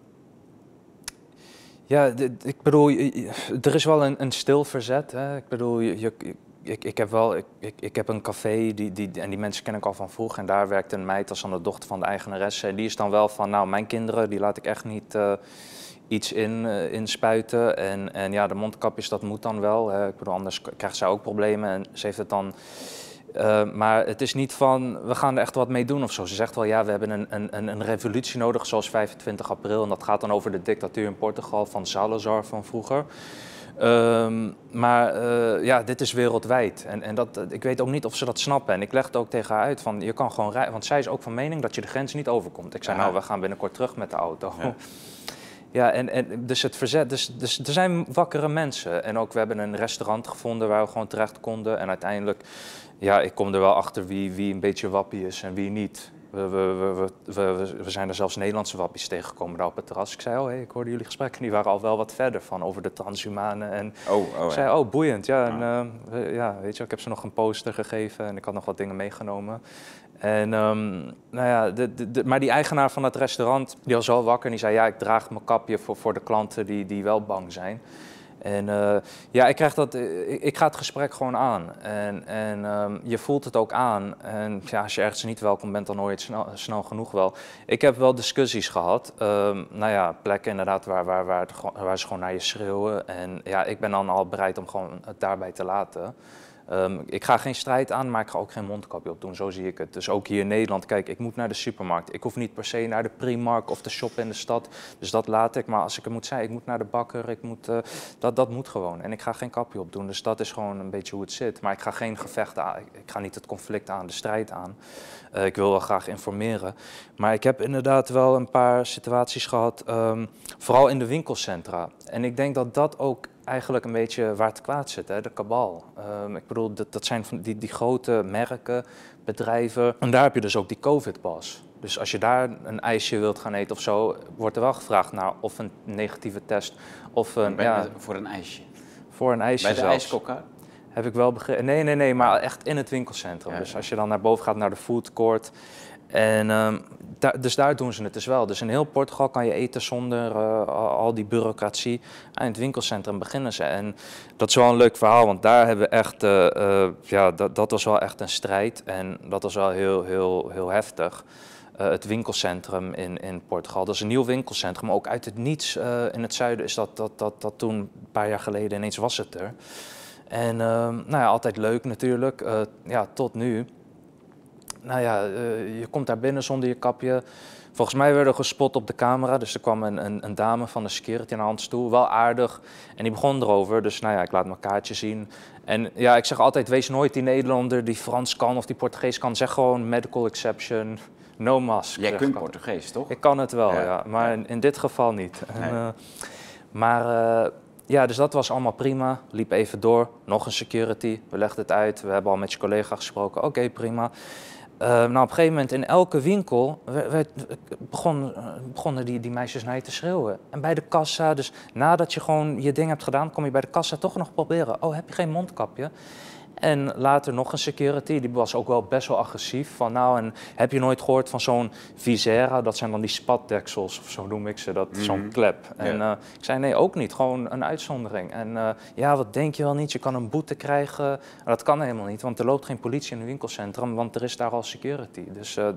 ja, ik bedoel, er is wel een, een stil verzet. Hè? Ik bedoel, je, je, ik, ik heb wel, ik, ik, ik heb een café die, die, en die mensen ken ik al van vroeg. En daar werkt een meid als aan de dochter van de eigenaresse. En die is dan wel van, nou, mijn kinderen, die laat ik echt niet... Uh, iets in, uh, inspuiten. En, en ja, de mondkapjes, dat moet dan wel. Hè. Ik bedoel, anders krijgt zij ook problemen en ze heeft het dan... Uh, maar het is niet van, we gaan er echt wat mee doen of zo. Ze zegt wel, ja, we hebben een, een, een revolutie nodig, zoals vijfentwintig april. En dat gaat dan over de dictatuur in Portugal van Salazar van vroeger. Um, maar uh, ja, dit is wereldwijd. En, en dat, ik weet ook niet of ze dat snappen. En ik leg het ook tegen haar uit van, je kan gewoon rijden. Want zij is ook van mening dat je de grens niet overkomt. Ik zei, ja. nou, we gaan binnenkort terug met de auto. Ja. Ja, en, en dus het verzet, dus, dus er zijn wakkere mensen. En ook we hebben een restaurant gevonden waar we gewoon terecht konden. En uiteindelijk, ja, ik kom er wel achter wie, wie een beetje wappie is en wie niet. We, we, we, we, we, we zijn er zelfs Nederlandse wappies tegengekomen daar op het terras. Ik zei, oh, hey, ik hoorde jullie gesprekken, die waren al wel wat verder van over de transhumanen. En oh, oh, ik zei, oh, boeiend. Ja, en, uh, ja, weet je, ik heb ze nog een poster gegeven en ik had nog wat dingen meegenomen. En, um, nou ja, de, de, de, maar die eigenaar van het restaurant, die was wel wakker en die zei, ja, ik draag mijn kapje voor, voor de klanten die, die wel bang zijn. En uh, ja, ik, krijg dat, ik, ik ga het gesprek gewoon aan. En, en um, je voelt het ook aan. En ja, als je ergens niet welkom bent, dan hoor je het snel, snel genoeg wel. Ik heb wel discussies gehad. Um, nou ja, plekken inderdaad waar, waar, waar, het, waar ze gewoon naar je schreeuwen. En ja, ik ben dan al bereid om gewoon het daarbij te laten. Um, ik ga geen strijd aan, maar ik ga ook geen mondkapje op doen, zo zie ik het. Dus ook hier in Nederland, kijk, ik moet naar de supermarkt. Ik hoef niet per se naar de Primark of de shop in de stad, dus dat laat ik. Maar als ik er moet zijn, ik moet naar de bakker, ik moet, uh, dat, dat moet gewoon. En ik ga geen kapje op doen, dus dat is gewoon een beetje hoe het zit. Maar ik ga geen gevecht aan, ik ga niet het conflict aan, de strijd aan. Uh, ik wil wel graag informeren. Maar ik heb inderdaad wel een paar situaties gehad, um, vooral in de winkelcentra. En ik denk dat dat ook eigenlijk een beetje waar het kwaad zit, hè? De kabal. Um, ik bedoel, dat, dat zijn van die, die grote merken, bedrijven. En daar heb je dus ook die COVID-pas. Dus als je daar een ijsje wilt gaan eten of zo, wordt er wel gevraagd naar of een negatieve test of een... Bij, ja, voor een ijsje? Voor een ijsje Bij de zelfs. ijskokker? Heb ik wel begrepen. Nee, nee, nee, maar echt in het winkelcentrum. Ja, ja. Dus als je dan naar boven gaat naar de food court. En um, da dus daar doen ze het dus wel. Dus in heel Portugal kan je eten zonder uh, al, al die bureaucratie. En in het winkelcentrum beginnen ze. En dat is wel een leuk verhaal, want daar hebben we echt, uh, uh, ja, dat, dat was wel echt een strijd. En dat was wel heel, heel, heel heftig. Uh, het winkelcentrum in, in Portugal. Dat is een nieuw winkelcentrum, maar ook uit het niets uh, in het zuiden is dat, dat, dat, dat toen, een paar jaar geleden, ineens was het er. En uh, nou ja, altijd leuk natuurlijk, uh, ja, tot nu. Nou ja, uh, je komt daar binnen zonder je kapje. Volgens mij werden we gespot op de camera, dus er kwam een, een, een dame van de security naar ons toe, wel aardig. En die begon erover, dus nou ja, ik laat mijn kaartje zien. En ja, ik zeg altijd, wees nooit die Nederlander die Frans kan of die Portugees kan. Zeg gewoon medical exception, no mask. Jij kunt Portugees, toch? Ik kan het wel, ja, ja. maar ja. In, in dit geval niet. Nee. En, uh, maar uh, ja, dus dat was allemaal prima. Liep even door, nog een security, we legden het uit. We hebben al met je collega gesproken, oké, okay, prima. Uh, nou, op een gegeven moment in elke winkel werd, begon, begonnen die, die meisjes naar je te schreeuwen. En bij de kassa, dus nadat je gewoon je ding hebt gedaan, kom je bij de kassa toch nog proberen. Oh, heb je geen mondkapje? En later nog een security, die was ook wel best wel agressief. Van nou, en heb je nooit gehoord van zo'n visera? Dat zijn dan die spatdeksels, of zo noem ik ze, dat, mm-hmm. zo'n klep. En yeah. uh, ik zei nee, ook niet, gewoon een uitzondering. En uh, ja, wat denk je wel niet, je kan een boete krijgen. Maar dat kan helemaal niet, want er loopt geen politie in een winkelcentrum, want er is daar al security. Dus... Uh,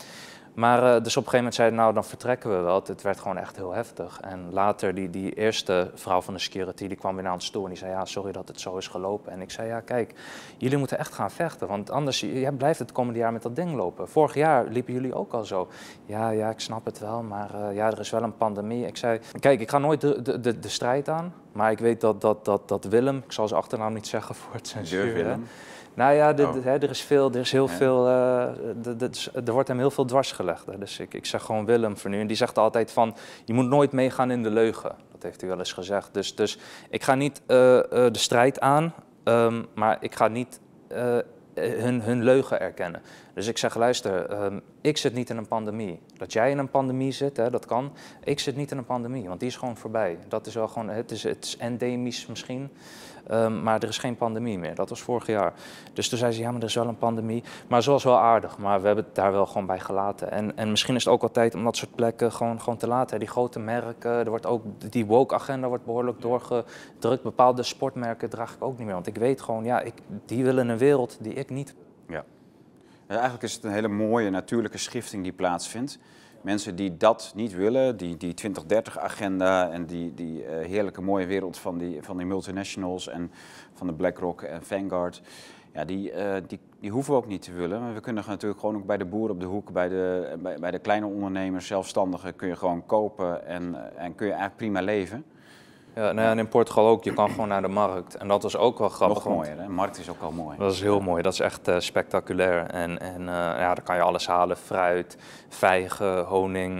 Maar uh, dus op een gegeven moment zeiden nou, dan vertrekken we wel. Het werd gewoon echt heel heftig. En later, die, die eerste vrouw van de security, die kwam weer naar ons toe en die zei, ja, sorry dat het zo is gelopen. En ik zei, ja, kijk, jullie moeten echt gaan vechten, want anders jij blijft het komende jaar met dat ding lopen. Vorig jaar liepen jullie ook al zo. Ja, ja, ik snap het wel, maar uh, ja, er is wel een pandemie. Ik zei, kijk, ik ga nooit de, de, de, de strijd aan, maar ik weet dat, dat, dat, dat Willem, ik zal zijn achternaam niet zeggen voor het censuur. Nou ja, de, de, he, er is veel, er is heel ja. veel, uh, de, de, de, er wordt hem heel veel dwars gelegd. Hè. Dus ik, ik zeg gewoon Willem voor nu. En die zegt altijd van, je moet nooit meegaan in de leugen. Dat heeft hij wel eens gezegd. Dus, dus ik ga niet uh, uh, de strijd aan, um, maar ik ga niet uh, hun, hun leugen erkennen. Dus ik zeg, luister, um, ik zit niet in een pandemie. Dat jij in een pandemie zit, hè, dat kan. Ik zit niet in een pandemie, want die is gewoon voorbij. Dat is wel gewoon, het is, het is endemisch misschien. Um, maar er is geen pandemie meer, dat was vorig jaar. Dus toen zei ze, ja, maar er is wel een pandemie. Maar ze was wel aardig, maar we hebben het daar wel gewoon bij gelaten. En, en misschien is het ook wel tijd om dat soort plekken gewoon, gewoon te laten. Die grote merken, er wordt ook, die woke-agenda wordt behoorlijk doorgedrukt. Bepaalde sportmerken draag ik ook niet meer. Want ik weet gewoon, ja, ik, die willen een wereld die ik niet wil. Ja. Eigenlijk is het een hele mooie natuurlijke schifting die plaatsvindt. Mensen die dat niet willen, die, die twintig dertig agenda en die, die uh, heerlijke mooie wereld van die, van die multinationals en van de BlackRock en Vanguard, ja, die, uh, die, die hoeven we ook niet te willen. Maar we kunnen natuurlijk gewoon ook bij de boer op de hoek, bij de, bij, bij de kleine ondernemers, zelfstandigen, kun je gewoon kopen en, en kun je eigenlijk prima leven. Ja, nou ja, en in Portugal ook, je kan gewoon naar de markt. En dat was ook wel grappig. Nog mooier, hè? De markt is ook al mooi. Dat is heel mooi, dat is echt uh, spectaculair. En, en uh, ja, daar kan je alles halen, fruit, vijgen, honing.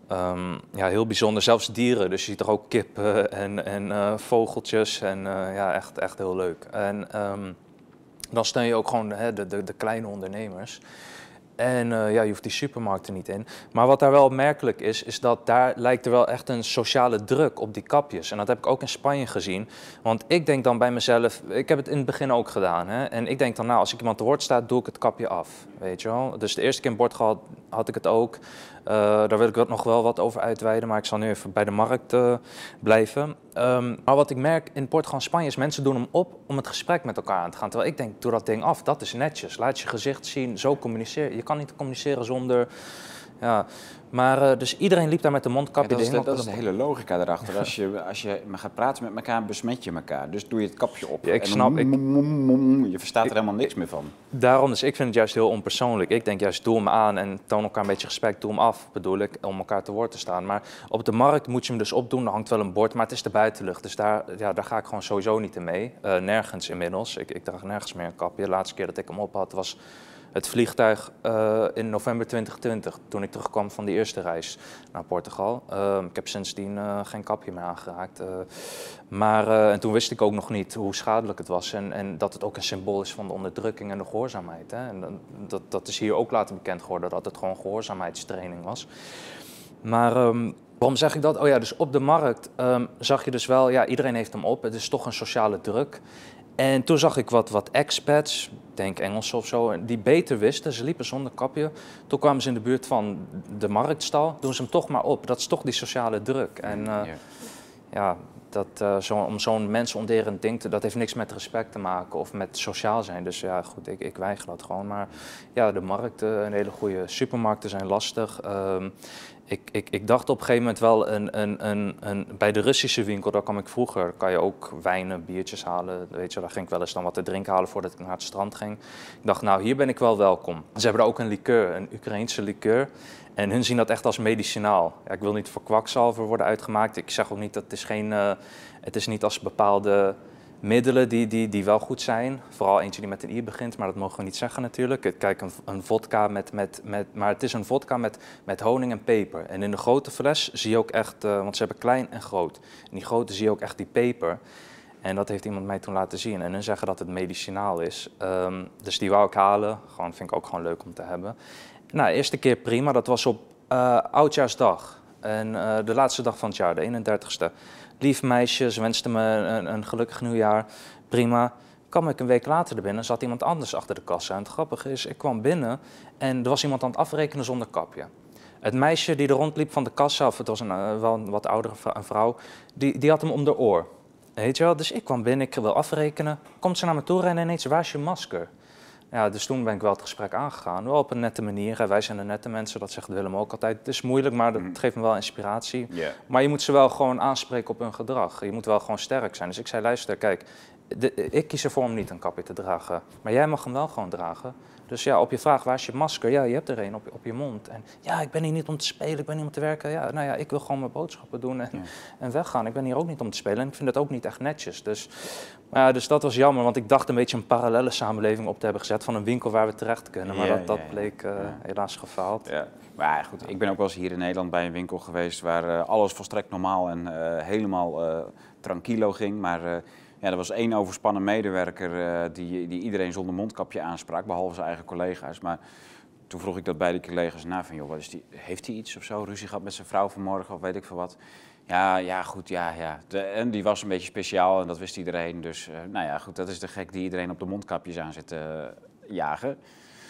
Um, ja, heel bijzonder, zelfs dieren. Dus je ziet er ook kippen en, en uh, vogeltjes. En uh, ja, echt, echt heel leuk. En um, dan steun je ook gewoon hè, de, de, de kleine ondernemers. En uh, ja, je hoeft die supermarkten niet in. Maar wat daar wel opmerkelijk is, is dat daar lijkt er wel echt een sociale druk op die kapjes. En dat heb ik ook in Spanje gezien. Want ik denk dan bij mezelf, ik heb het in het begin ook gedaan. Hè? En ik denk dan, nou, als ik iemand te woord sta, doe ik het kapje af. Weet je wel? Dus de eerste keer in Portugal had ik het ook. Uh, daar wil ik nog wel wat over uitweiden, maar ik zal nu even bij de markt uh, blijven. Um, maar wat ik merk in Portugal en Spanje is, mensen doen hem op om het gesprek met elkaar aan te gaan. Terwijl ik denk, doe dat ding af, dat is netjes. Laat je gezicht zien, zo communiceer. Je kan niet communiceren zonder... Ja, maar uh, dus iedereen liep daar met de mondkapje. Ja, dat is de, dat is de hele logica erachter. Als je, als je gaat praten met elkaar, besmet je elkaar. Dus doe je het kapje op. Ja, ik en snap, ik, je verstaat er ik, helemaal niks meer van. Daarom, dus ik vind het juist heel onpersoonlijk. Ik denk juist, doe hem aan en toon elkaar een beetje respect. Doe hem af, bedoel ik, om elkaar te woord te staan. Maar op de markt moet je hem dus opdoen. Er hangt wel een bord, maar het is de buitenlucht. Dus daar, ja, daar ga ik gewoon sowieso niet in mee. Uh, nergens inmiddels. Ik, ik draag nergens meer een kapje. De laatste keer dat ik hem op had was... het vliegtuig uh, in november twintig twintig, toen ik terugkwam van die eerste reis naar Portugal. Uh, ik heb sindsdien uh, geen kapje meer aangeraakt. Uh, maar uh, en toen wist ik ook nog niet hoe schadelijk het was en, en dat het ook een symbool is van de onderdrukking en de gehoorzaamheid. Hè. En dat, dat is hier ook later bekend geworden, dat het gewoon gehoorzaamheidstraining was. Maar um, waarom zeg ik dat? Oh ja, dus op de markt um, zag je dus wel, ja, iedereen heeft hem op. Het is toch een sociale druk. En toen zag ik wat, wat expats, denk Engelsen of zo, die beter wisten. Ze liepen zonder kapje. Toen kwamen ze in de buurt van de marktstal. Doen ze hem toch maar op. Dat is toch die sociale druk. En uh, ja. ja, dat, uh, zo, om zo'n mensonterend ding te... Dat heeft niks met respect te maken of met sociaal zijn. Dus ja, goed, ik, ik weiger dat gewoon. Maar ja, de markten, een hele goede supermarkten zijn lastig. Um, Ik, ik, ik dacht op een gegeven moment wel, een, een, een, een, bij de Russische winkel, daar kwam ik vroeger, kan je ook wijnen, biertjes halen. Weet je, daar ging ik wel eens dan wat te drinken halen voordat ik naar het strand ging. Ik dacht, nou, hier ben ik wel welkom. Ze hebben daar ook een liqueur, een Oekraïense liqueur. En hun zien dat echt als medicinaal. Ja, ik wil niet voor kwakzalver worden uitgemaakt. Ik zeg ook niet, dat het is geen, uh, het is niet als bepaalde middelen die, die, die wel goed zijn. Vooral eentje die met een I begint, maar dat mogen we niet zeggen natuurlijk. Kijk, een, een vodka met, met, met, maar het is een vodka met, met honing en peper. En in de grote fles zie je ook echt, uh, want ze hebben klein en groot. In die grote zie je ook echt die peper. En dat heeft iemand mij toen laten zien. En hun zeggen dat het medicinaal is. Um, dus die wou ik halen. Gewoon, vind ik ook gewoon leuk om te hebben. Nou, de eerste keer prima. Dat was op uh, Oudjaarsdag. En uh, de laatste dag van het jaar, de eenendertigste. Lief meisje, ze wenste me een, een gelukkig nieuwjaar. Prima. Kwam ik een week later er binnen, zat iemand anders achter de kassa. En het grappige is, ik kwam binnen en er was iemand aan het afrekenen zonder kapje. Het meisje die er rondliep van de kassa, of het was een, uh, wel een wat oudere vrouw, die, die had hem om de oor. Weet je wel? Dus ik kwam binnen, ik wil afrekenen. Komt ze naar me toe rennen en ineens, waar is je masker? Ja, dus toen ben ik wel het gesprek aangegaan. Wel op een nette manier. Hè. Wij zijn de nette mensen, dat zegt Willem ook altijd. Het is moeilijk, maar dat geeft me wel inspiratie. Yeah. Maar je moet ze wel gewoon aanspreken op hun gedrag. Je moet wel gewoon sterk zijn. Dus ik zei, luister, kijk, de, ik kies ervoor om niet een kapje te dragen. Maar jij mag hem wel gewoon dragen. Dus ja, op je vraag, waar is je masker? Ja, je hebt er een op, op je mond. En ja, ik ben hier niet om te spelen, ik ben hier om te werken. Ja, nou ja, ik wil gewoon mijn boodschappen doen en, ja. en weggaan. Ik ben hier ook niet om te spelen en ik vind het ook niet echt netjes. Dus, uh, dus dat was jammer, want ik dacht een beetje een parallelle samenleving op te hebben gezet van een winkel waar we terecht kunnen. Maar ja, dat, dat ja, bleek uh, ja. helaas gefaald. Ja. Maar goed, ik ben ook wel eens hier in Nederland bij een winkel geweest waar uh, alles volstrekt normaal en uh, helemaal uh, tranquilo ging. Maar uh, ja, er was één overspannen medewerker uh, die, die iedereen zonder mondkapje aansprak, behalve zijn eigen collega's. Maar toen vroeg ik dat bij die collega's na van, joh, wat is die, heeft hij iets of zo? Ruzie gehad met zijn vrouw vanmorgen of weet ik veel wat? Ja, ja, goed, ja, ja. De, en die was een beetje speciaal en dat wist iedereen. Dus uh, nou ja, goed, dat is de gek die iedereen op de mondkapjes aan zit te uh, jagen.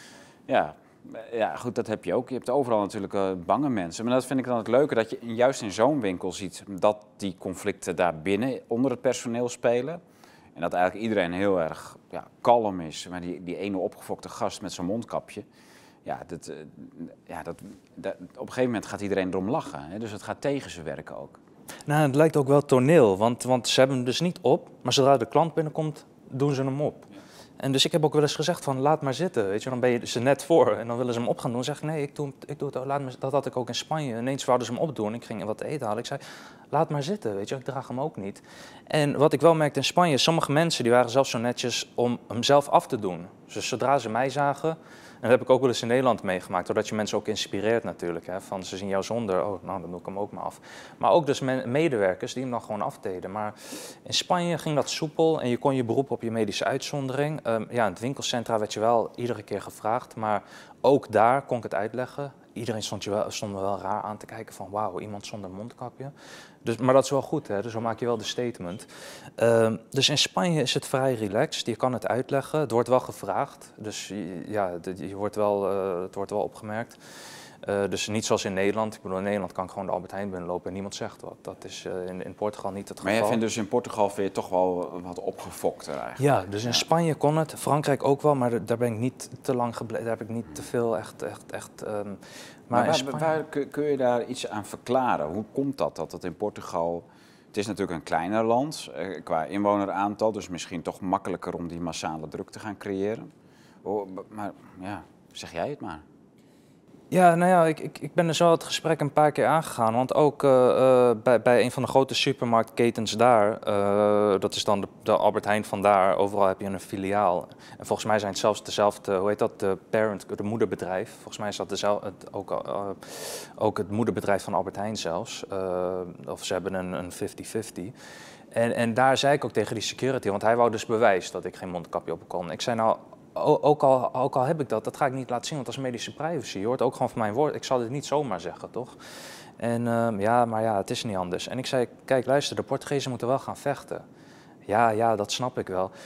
Ja. Ja, goed, dat heb je ook. Je hebt overal natuurlijk uh, bange mensen. Maar dat vind ik dan het leuke, dat je juist in zo'n winkel ziet dat die conflicten daar binnen onder het personeel spelen. En dat eigenlijk iedereen heel erg ja, kalm is. Maar die, die ene opgefokte gast met zo'n mondkapje, ja, dat, uh, ja dat, dat, op een gegeven moment gaat iedereen erom lachen. Hè? Dus het gaat tegen ze werken ook. Nou, het lijkt ook wel toneel, want, want ze hebben hem dus niet op. Maar zodra de klant binnenkomt, doen ze hem op. En dus ik heb ook wel eens gezegd van laat maar zitten, weet je, dan ben je ze net voor en dan willen ze hem op gaan doen. Dan zeg ik nee, ik doe, ik doe het, laat me, dat had ik ook in Spanje. Ineens wouden ze hem opdoen, ik ging wat eten halen. Ik zei laat maar zitten, weet je, ik draag hem ook niet. En wat ik wel merkte in Spanje, sommige mensen die waren zelfs zo netjes om hem zelf af te doen. Dus zodra ze mij zagen, en dat heb ik ook wel eens in Nederland meegemaakt, doordat je mensen ook inspireert natuurlijk. Hè, van ze zien jou zonder, oh nou dan doe ik hem ook maar af. Maar ook dus medewerkers die hem dan gewoon afdeden. Maar in Spanje ging dat soepel en je kon je beroepen op je medische uitzondering. Um, ja, in het winkelcentra werd je wel iedere keer gevraagd, maar ook daar kon ik het uitleggen. Iedereen stond, je wel, stond me wel raar aan te kijken van wauw, iemand zonder mondkapje. Dus, maar dat is wel goed, hè? Dus zo maak je wel de statement. Uh, dus in Spanje is het vrij relaxed, je kan het uitleggen. Het wordt wel gevraagd, dus ja, je wordt wel, uh, het wordt wel opgemerkt. Uh, dus niet zoals in Nederland. Ik bedoel, in Nederland kan ik gewoon de Albert Heijn binnenlopen en niemand zegt wat. Dat is uh, in, in Portugal niet het geval. Maar jij vindt dus in Portugal vind je toch wel wat opgefokter eigenlijk? Ja, dus in ja. Spanje kon het, Frankrijk ook wel, maar daar ben ik niet te lang gebleven. Daar heb ik niet te veel echt... echt, echt um, maar maar waar, Spanje... waar, kun je daar iets aan verklaren? Hoe komt dat, dat het in Portugal... Het is natuurlijk een kleiner land eh, qua inwoneraantal, dus misschien toch makkelijker om die massale druk te gaan creëren. Oh, maar ja, zeg jij het maar. Ja, nou ja, ik, ik, ik ben dus wel het gesprek een paar keer aangegaan. Want ook uh, uh, bij, bij een van de grote supermarktketens daar, uh, dat is dan de, de Albert Heijn van daar, overal heb je een filiaal. En volgens mij zijn het zelfs dezelfde, hoe heet dat, de parent, de moederbedrijf. Volgens mij is dat dezelfde, het, ook, uh, ook het moederbedrijf van Albert Heijn zelfs. Uh, of ze hebben een, een vijftig vijftig. En, en daar zei ik ook tegen die security, want hij wou dus bewijs dat ik geen mondkapje op kon. Ik zei nou... Ook al, ook al heb ik dat, dat ga ik niet laten zien, want dat is medische privacy. Je hoort ook gewoon van mijn woord. Ik zal dit niet zomaar zeggen, toch? En uh, ja, maar ja, het is niet anders. En ik zei, kijk, luister, de Portugezen moeten wel gaan vechten. Ja, ja, dat snap ik wel.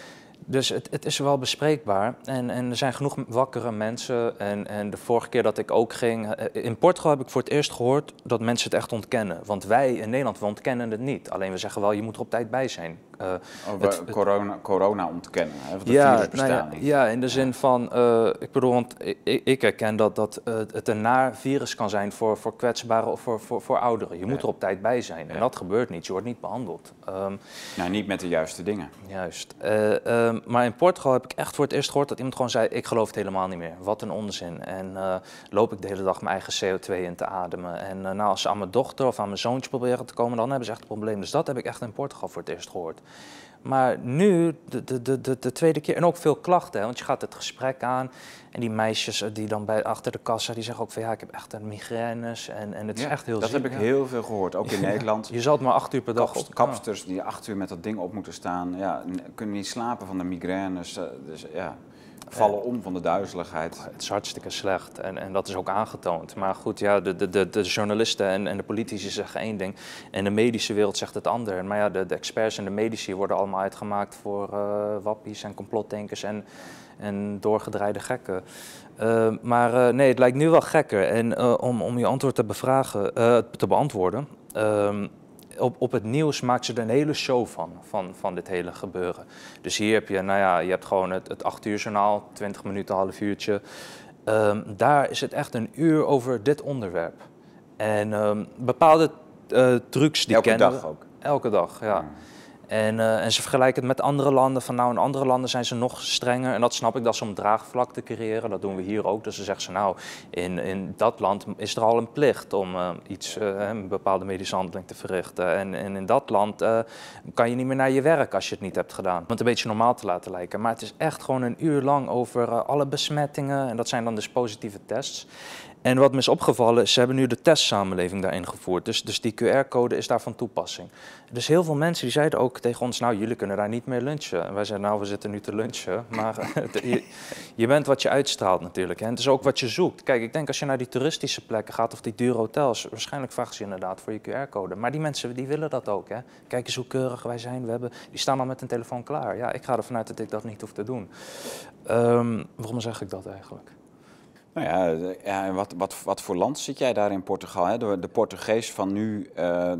Dus het, het is wel bespreekbaar en, en er zijn genoeg wakkere mensen. En, en de vorige keer dat ik ook ging, in Portugal heb ik voor het eerst gehoord dat mensen het echt ontkennen. Want wij in Nederland, we ontkennen het niet. Alleen we zeggen wel, je moet er op tijd bij zijn. Uh, oh, het, corona, corona ontkennen, hè? Want de ja, virus bestaat nou ja, niet. ja, in de zin van, uh, ik bedoel, want ik, ik herken dat, dat uh, het een naar virus kan zijn voor, voor kwetsbaren of voor, voor, voor ouderen. Je moet ja. er op tijd bij zijn ja. en dat gebeurt niet, je wordt niet behandeld. Um, nou, niet met de juiste dingen. Juist. Uh, um, maar in Portugal heb ik echt voor het eerst gehoord dat iemand gewoon zei, ik geloof het helemaal niet meer. Wat een onzin. En uh, loop ik de hele dag mijn eigen C O twee in te ademen. En uh, nou, als ze aan mijn dochter of aan mijn zoontje proberen te komen, dan hebben ze echt een probleem. Dus dat heb ik echt in Portugal voor het eerst gehoord. Maar nu, de, de, de, de tweede keer, en ook veel klachten, hè, want je gaat het gesprek aan en die meisjes die dan bij, achter de kassa, die zeggen ook van ja, ik heb echt een migraines en, en het is ja, echt heel dat ziek. heb ik ja. heel veel gehoord, ook in Nederland. Je zat maar acht uur per dag Kaps, op. Kapsters die acht uur met dat ding op moeten staan, ja, kunnen niet slapen van de migraines, dus ja... vallen om van de duizeligheid. Het is hartstikke slecht en, en dat is ook aangetoond. Maar goed, ja, de, de, de, de journalisten en, en de politici zeggen één ding en de medische wereld zegt het ander. Maar ja, de, de experts en de medici worden allemaal uitgemaakt voor uh, wappies en complotdenkers en, en doorgedraaide gekken. Uh, maar uh, nee, het lijkt nu wel gekker. En uh, om, om je antwoord te, bevragen, uh, te beantwoorden... Uh, Op, op het nieuws maakt ze er een hele show van, van, van dit hele gebeuren. Dus hier heb je, nou ja, je hebt gewoon het, het acht uur journaal, twintig minuten, een half uurtje. Um, daar is het echt een uur over dit onderwerp. En um, bepaalde uh, trucs die Elke kennen dag we. ook? Elke dag, ja. Hmm. En, uh, en ze vergelijken het met andere landen. Van nou, in andere landen zijn ze nog strenger. En dat snap ik, dat ze om draagvlak te creëren. Dat doen we hier ook. Dus ze zeggen ze nou, in, in dat land is er al een plicht om uh, iets, uh, een bepaalde medische handeling te verrichten. En, en in dat land uh, kan je niet meer naar je werk als je het niet hebt gedaan. Om het een beetje normaal te laten lijken. Maar het is echt gewoon een uur lang over uh, alle besmettingen. En dat zijn dan dus positieve tests. En wat me is opgevallen is, ze hebben nu de testsamenleving daarin gevoerd. Dus, dus die Q R-code is daar van toepassing. Dus heel veel mensen die zeiden ook tegen ons, nou jullie kunnen daar niet meer lunchen. En wij zeiden, nou we zitten nu te lunchen. Maar je, je bent wat je uitstraalt natuurlijk. Hè. En het is ook wat je zoekt. Kijk, ik denk als je naar die toeristische plekken gaat of die dure hotels, waarschijnlijk vragen ze inderdaad voor je Q R-code. Maar die mensen die willen dat ook. Hè. Kijk eens hoe keurig wij zijn. We hebben, die staan al met een telefoon klaar. Ja, ik ga ervan uit dat ik dat niet hoef te doen. Um, waarom zeg ik dat eigenlijk? Nou ja, ja wat, wat, wat voor land zit jij daar in Portugal? Hè? De, de Portugees van nu, uh,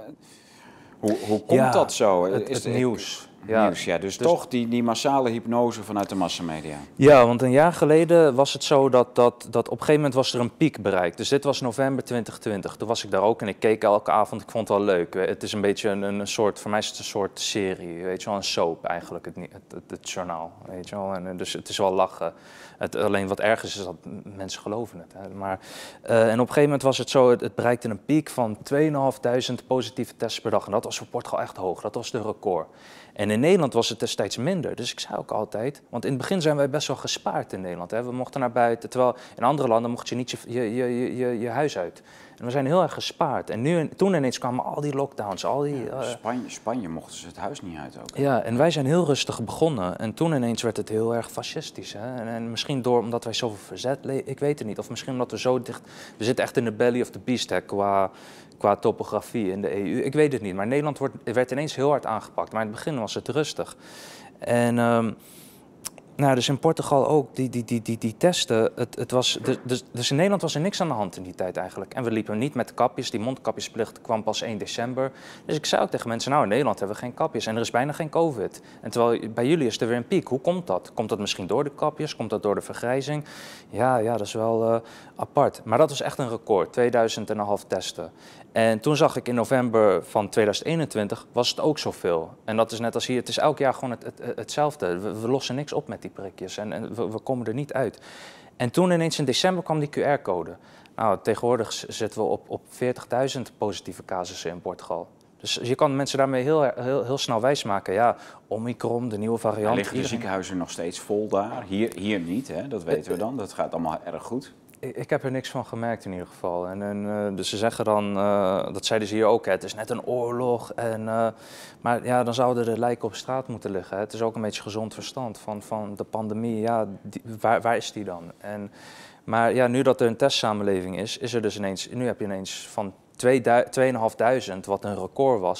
hoe, hoe komt ja, dat zo? Het, is het nieuws. Ja. Nieuws, ja. Dus, dus toch die, die massale hypnose vanuit de massamedia. Ja, want een jaar geleden was het zo dat, dat, dat op een gegeven moment was er een piek bereikt. Dus dit was november twintig twintig. Toen was ik daar ook en ik keek elke avond. Ik vond het wel leuk. Het is een beetje een, een soort, voor mij is het een soort serie, weet je wel, een soap eigenlijk, het, het, het, het journaal, weet je wel. En, dus het is wel lachen. Het, alleen wat erg is, is dat mensen geloven het. Hè. Maar, uh, en op een gegeven moment was het zo, het, het bereikte een piek van tweeduizend vijfhonderd positieve tests per dag. En dat was voor Portugal echt hoog, dat was de record. En in Nederland was het destijds minder. Dus ik zei ook altijd, want in het begin zijn wij best wel gespaard in Nederland. Hè. We mochten naar buiten, terwijl in andere landen mocht je niet je, je, je, je, je huis uit. En we zijn heel erg gespaard. En nu, toen ineens kwamen al die lockdowns, al die... Ja, Spanje, Spanje mochten ze het huis niet uit ook. Ja, en wij zijn heel rustig begonnen. En toen ineens werd het heel erg fascistisch. Hè? En, en misschien door, omdat wij zoveel verzet, ik weet het niet. Of misschien omdat we zo dicht... We zitten echt in de belly of the beast, hè, qua, qua topografie in de E U. Ik weet het niet, maar Nederland wordt, werd ineens heel hard aangepakt. Maar in het begin was het rustig. En... Um, Nou, dus in Portugal ook, die, die, die, die, die testen, het, het was, dus, dus in Nederland was er niks aan de hand in die tijd eigenlijk. En we liepen niet met kapjes, die mondkapjesplicht kwam pas één december. Dus ik zei ook tegen mensen, nou in Nederland hebben we geen kapjes en er is bijna geen COVID. En terwijl bij jullie is er weer een piek, hoe komt dat? Komt dat misschien door de kapjes, komt dat door de vergrijzing? Ja, ja, dat is wel uh, apart. Maar dat was echt een record, tweeduizend en een half testen. En toen zag ik in november van tweeduizend eenentwintig was het ook zoveel. En dat is net als hier, het is elk jaar gewoon het, het, hetzelfde. We, we lossen niks op met die prikjes en, en we, we komen er niet uit. En toen ineens in december kwam die Q R-code. Nou, tegenwoordig zitten we op, op veertigduizend positieve casussen in Portugal. Dus je kan mensen daarmee heel, heel, heel snel wijsmaken. Ja, Omicron, de nieuwe variant. Er liggen de ziekenhuizen nog steeds vol daar. Hier, hier niet, hè? Dat weten we dan. Dat gaat allemaal erg goed. Ik heb er niks van gemerkt in ieder geval. En, en, uh, dus ze zeggen dan, uh, dat zeiden ze hier ook, hè, het is net een oorlog. En, uh, maar ja, dan zouden de lijken op straat moeten liggen. Hè. Het is ook een beetje gezond verstand van, van de pandemie. Ja, die, waar, waar is die dan? En, maar ja, nu dat er een testsamenleving is, is er dus ineens, nu heb je ineens van tweeduizend, wat een record was,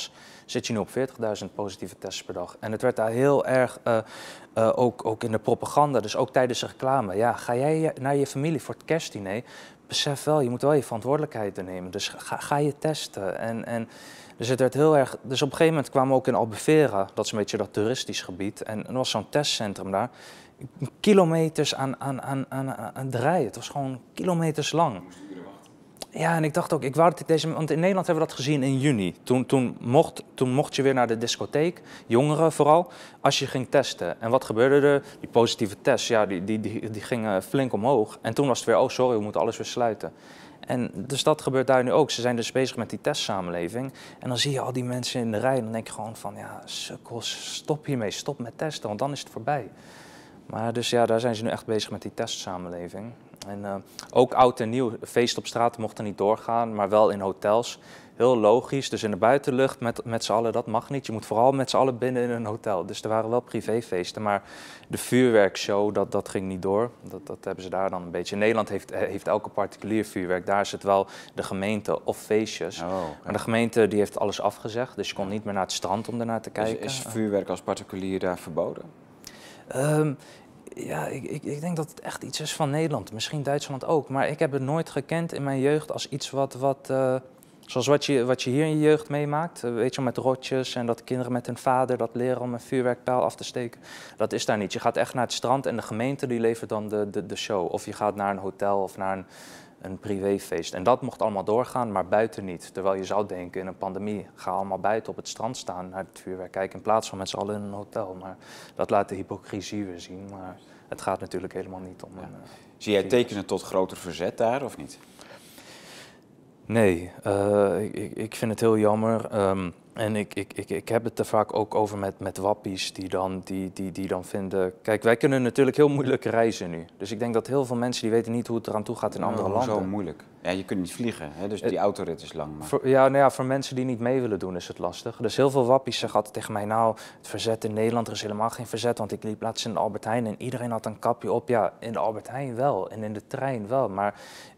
zit je nu op veertigduizend positieve tests per dag. En het werd daar heel erg, uh, uh, ook, ook in de propaganda, dus ook tijdens de reclame. Ja, ga jij naar je familie voor het kerstdiner? Besef wel, je moet wel je verantwoordelijkheid nemen. Dus ga, ga je testen. En, en, dus het werd heel erg. Dus op een gegeven moment kwamen we ook in Albufeira, dat is een beetje dat toeristisch gebied. En er was zo'n testcentrum daar. Kilometers aan, aan, aan, aan, aan het rijden. Het was gewoon kilometers lang. Ja, en ik dacht ook, ik wou dat ik deze. Want in Nederland hebben we dat gezien in juni. Toen, toen, mocht, toen mocht je weer naar de discotheek, jongeren vooral, als je ging testen. En wat gebeurde er? Die positieve tests, ja, die, die, die, die gingen flink omhoog. En toen was het weer, oh sorry, we moeten alles weer sluiten. En dus dat gebeurt daar nu ook. Ze zijn dus bezig met die testsamenleving. En dan zie je al die mensen in de rij en dan denk je gewoon van, ja, sukkels, stop hiermee, stop met testen, want dan is het voorbij. Maar dus ja, daar zijn ze nu echt bezig met die testsamenleving. En uh, ook oud en nieuw, feest op straat mocht er niet doorgaan, maar wel in hotels. Heel logisch, dus in de buitenlucht met, met z'n allen, dat mag niet. Je moet vooral met z'n allen binnen in een hotel. Dus er waren wel privéfeesten, maar de vuurwerkshow, dat, dat ging niet door. Dat, dat hebben ze daar dan een beetje. In Nederland heeft, heeft elke particulier vuurwerk, daar is het wel de gemeente of feestjes. Oh, okay. Maar de gemeente die heeft alles afgezegd, dus je kon niet meer naar het strand om ernaar te kijken. Is, is vuurwerk als particulier daar verboden? Um, Ja, ik, ik, ik denk dat het echt iets is van Nederland, misschien Duitsland ook. Maar ik heb het nooit gekend in mijn jeugd als iets wat, wat uh, zoals wat je, wat je hier in je jeugd meemaakt. Uh, weet je, met rotjes en dat kinderen met hun vader dat leren om een vuurwerkpijl af te steken. Dat is daar niet. Je gaat echt naar het strand en de gemeente die levert dan de, de, de show. Of je gaat naar een hotel of naar een, een privéfeest. En dat mocht allemaal doorgaan, maar buiten niet. Terwijl je zou denken in een pandemie, ga allemaal buiten op het strand staan naar het vuurwerk kijken in plaats van met z'n allen in een hotel. Maar dat laat de hypocrisie weer zien. Maar het gaat natuurlijk helemaal niet om. Ja. Een, uh, Zie jij tekenen tot groter verzet daar of niet? Nee, uh, ik, ik vind het heel jammer. Um, en ik, ik, ik, ik heb het er vaak ook over met, met wappies die dan, die, die, die dan vinden... Kijk, wij kunnen natuurlijk heel moeilijk reizen nu. Dus ik denk dat heel veel mensen die weten niet hoe het eraan toe gaat in andere oh, landen. Zo moeilijk. Ja, je kunt niet vliegen, hè? Dus die autorit is lang. Maar... Voor, ja, nou ja, voor mensen die niet mee willen doen is het lastig. Dus heel veel wappies zeggen altijd tegen mij, nou, het verzet in Nederland, er is helemaal geen verzet. Want ik liep laatst in de Albert Heijn en iedereen had een kapje op. Ja, in de Albert Heijn wel en in de trein wel, maar...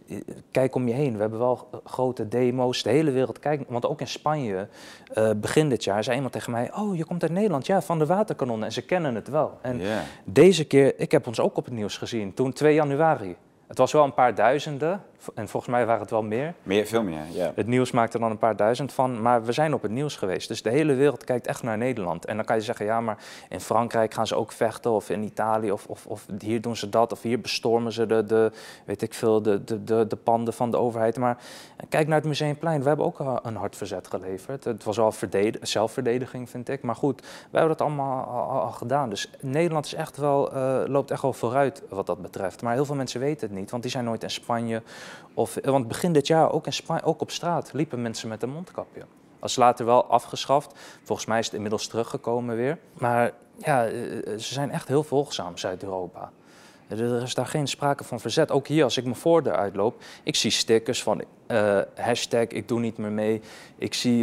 Kijk om je heen, we hebben wel grote demo's, de hele wereld kijkt. Want ook in Spanje, uh, begin dit jaar, zei iemand tegen mij... oh, je komt uit Nederland, ja, van de waterkanonnen. En ze kennen het wel. En yeah. Deze keer, ik heb ons ook op het nieuws gezien, toen twee januari. Het was wel een paar duizenden, en volgens mij waren het wel meer. Meer, veel meer, ja. Yeah. Het nieuws maakte er dan een paar duizend van, maar we zijn op het nieuws geweest. Dus de hele wereld kijkt echt naar Nederland. En dan kan je zeggen, ja, maar in Frankrijk gaan ze ook vechten, of in Italië, of, of, of hier doen ze dat, of hier bestormen ze de, de weet ik veel, de, de, de, de panden van de overheid. Maar kijk naar het Museumplein, we hebben ook een hard verzet geleverd. Het was wel zelfverdediging, vind ik. Maar goed, we hebben dat allemaal al, al gedaan. Dus Nederland is echt wel, uh, loopt echt wel vooruit wat dat betreft. Maar heel veel mensen weten het niet, want die zijn nooit in Spanje. Of, want begin dit jaar, ook, in Spanje, ook op straat, liepen mensen met een mondkapje. Dat is later wel afgeschaft. Volgens mij is het inmiddels teruggekomen weer. Maar ja, ze zijn echt heel volgzaam, Zuid-Europa. Er is daar geen sprake van verzet. Ook hier, als ik mijn voordeur uitloop, ik zie stickers van uh, hashtag ik doe niet meer mee. Ik zie